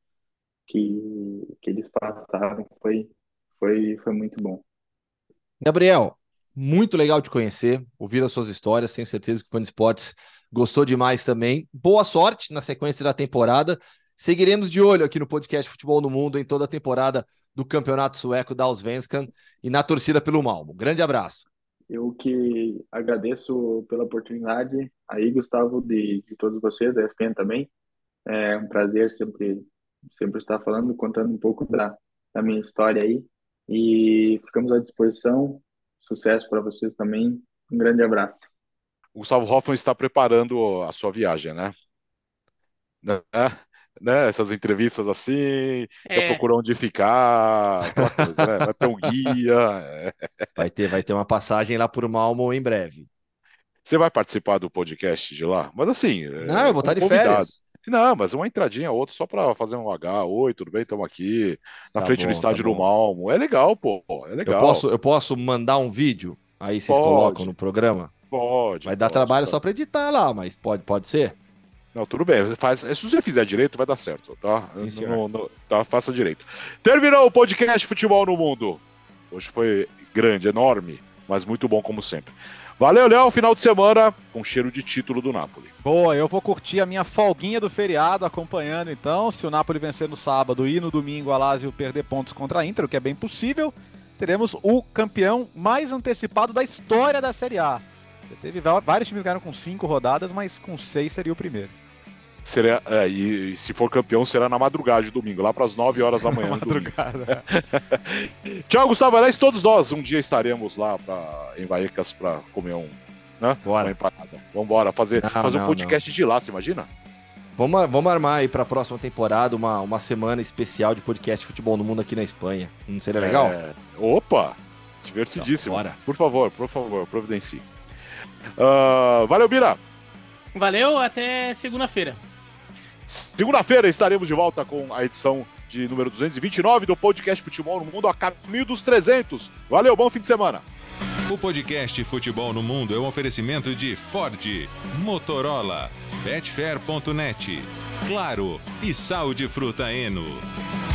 que eles passaram. Foi muito bom. Gabriel, muito legal te conhecer, ouvir as suas histórias, tenho certeza que o Fã de Esportes gostou demais também. Boa sorte na sequência da temporada. Seguiremos de olho aqui no podcast Futebol no Mundo em toda a temporada do Campeonato Sueco da Allsvenskan e na torcida pelo Malmo. Grande abraço. Eu que agradeço pela oportunidade. Aí, Gustavo, de todos vocês, da ESPN também. É um prazer sempre estar falando, contando um pouco da minha história aí. E ficamos à disposição. Sucesso para vocês também. Um grande abraço. O Gustavo Hoffmann está preparando a sua viagem, né? Né? Né? Essas entrevistas assim, já É, procurou onde ficar, aquela coisa, né? Vai ter um guia. Vai ter uma passagem lá por Malmo em breve. Você vai participar do podcast de lá? Mas assim, Não, eu vou estar como de convidado. férias. Não, mas uma entradinha ou outra só para fazer um H. Oi, tudo bem? Estamos aqui na Tá frente do bom, tá estádio do bom. Malmo. É legal, pô. É legal. Eu posso mandar um vídeo, aí vocês colocam Pode, no programa. pode, Vai dar pode. trabalho só para editar lá, mas pode ser? Não, tudo bem. Se você fizer direito, vai dar certo, tá? Sim, senhor. Tá, faça direito. Terminou o podcast Futebol no Mundo. Hoje foi grande, enorme, mas muito bom como sempre. Valeu, Léo. Final de semana com cheiro de título do Napoli. Boa, eu vou curtir a minha folguinha do feriado acompanhando então. Se o Napoli vencer no sábado e no domingo a Lazio perder pontos contra a Inter, o que é bem possível, teremos o campeão mais antecipado da história da Série A. Teve vários times que ganharam com 5 rodadas, mas com 6 seria o primeiro. E se for campeão, será na madrugada de domingo, lá para as 9 horas da manhã. Madrugada. Tchau, Gustavo. Aliás, todos nós um dia estaremos lá em Vallecas para comer uma empanada. Vamos embora fazer um podcast de lá, você imagina? Vamos armar aí para a próxima temporada uma semana especial de podcast Futebol no Mundo aqui na Espanha. Não seria legal? Opa! Divertidíssimo. Então, bora. Por favor, providencie. Valeu, Bira. valeu, até segunda-feira. Segunda-feira estaremos de volta com a edição de número 229 do podcast Futebol no Mundo, a caminho dos 300. Valeu, bom fim de semana. O podcast Futebol no Mundo é um oferecimento de Ford, Motorola, Betfair.net, Claro e Sal de Fruta Eno.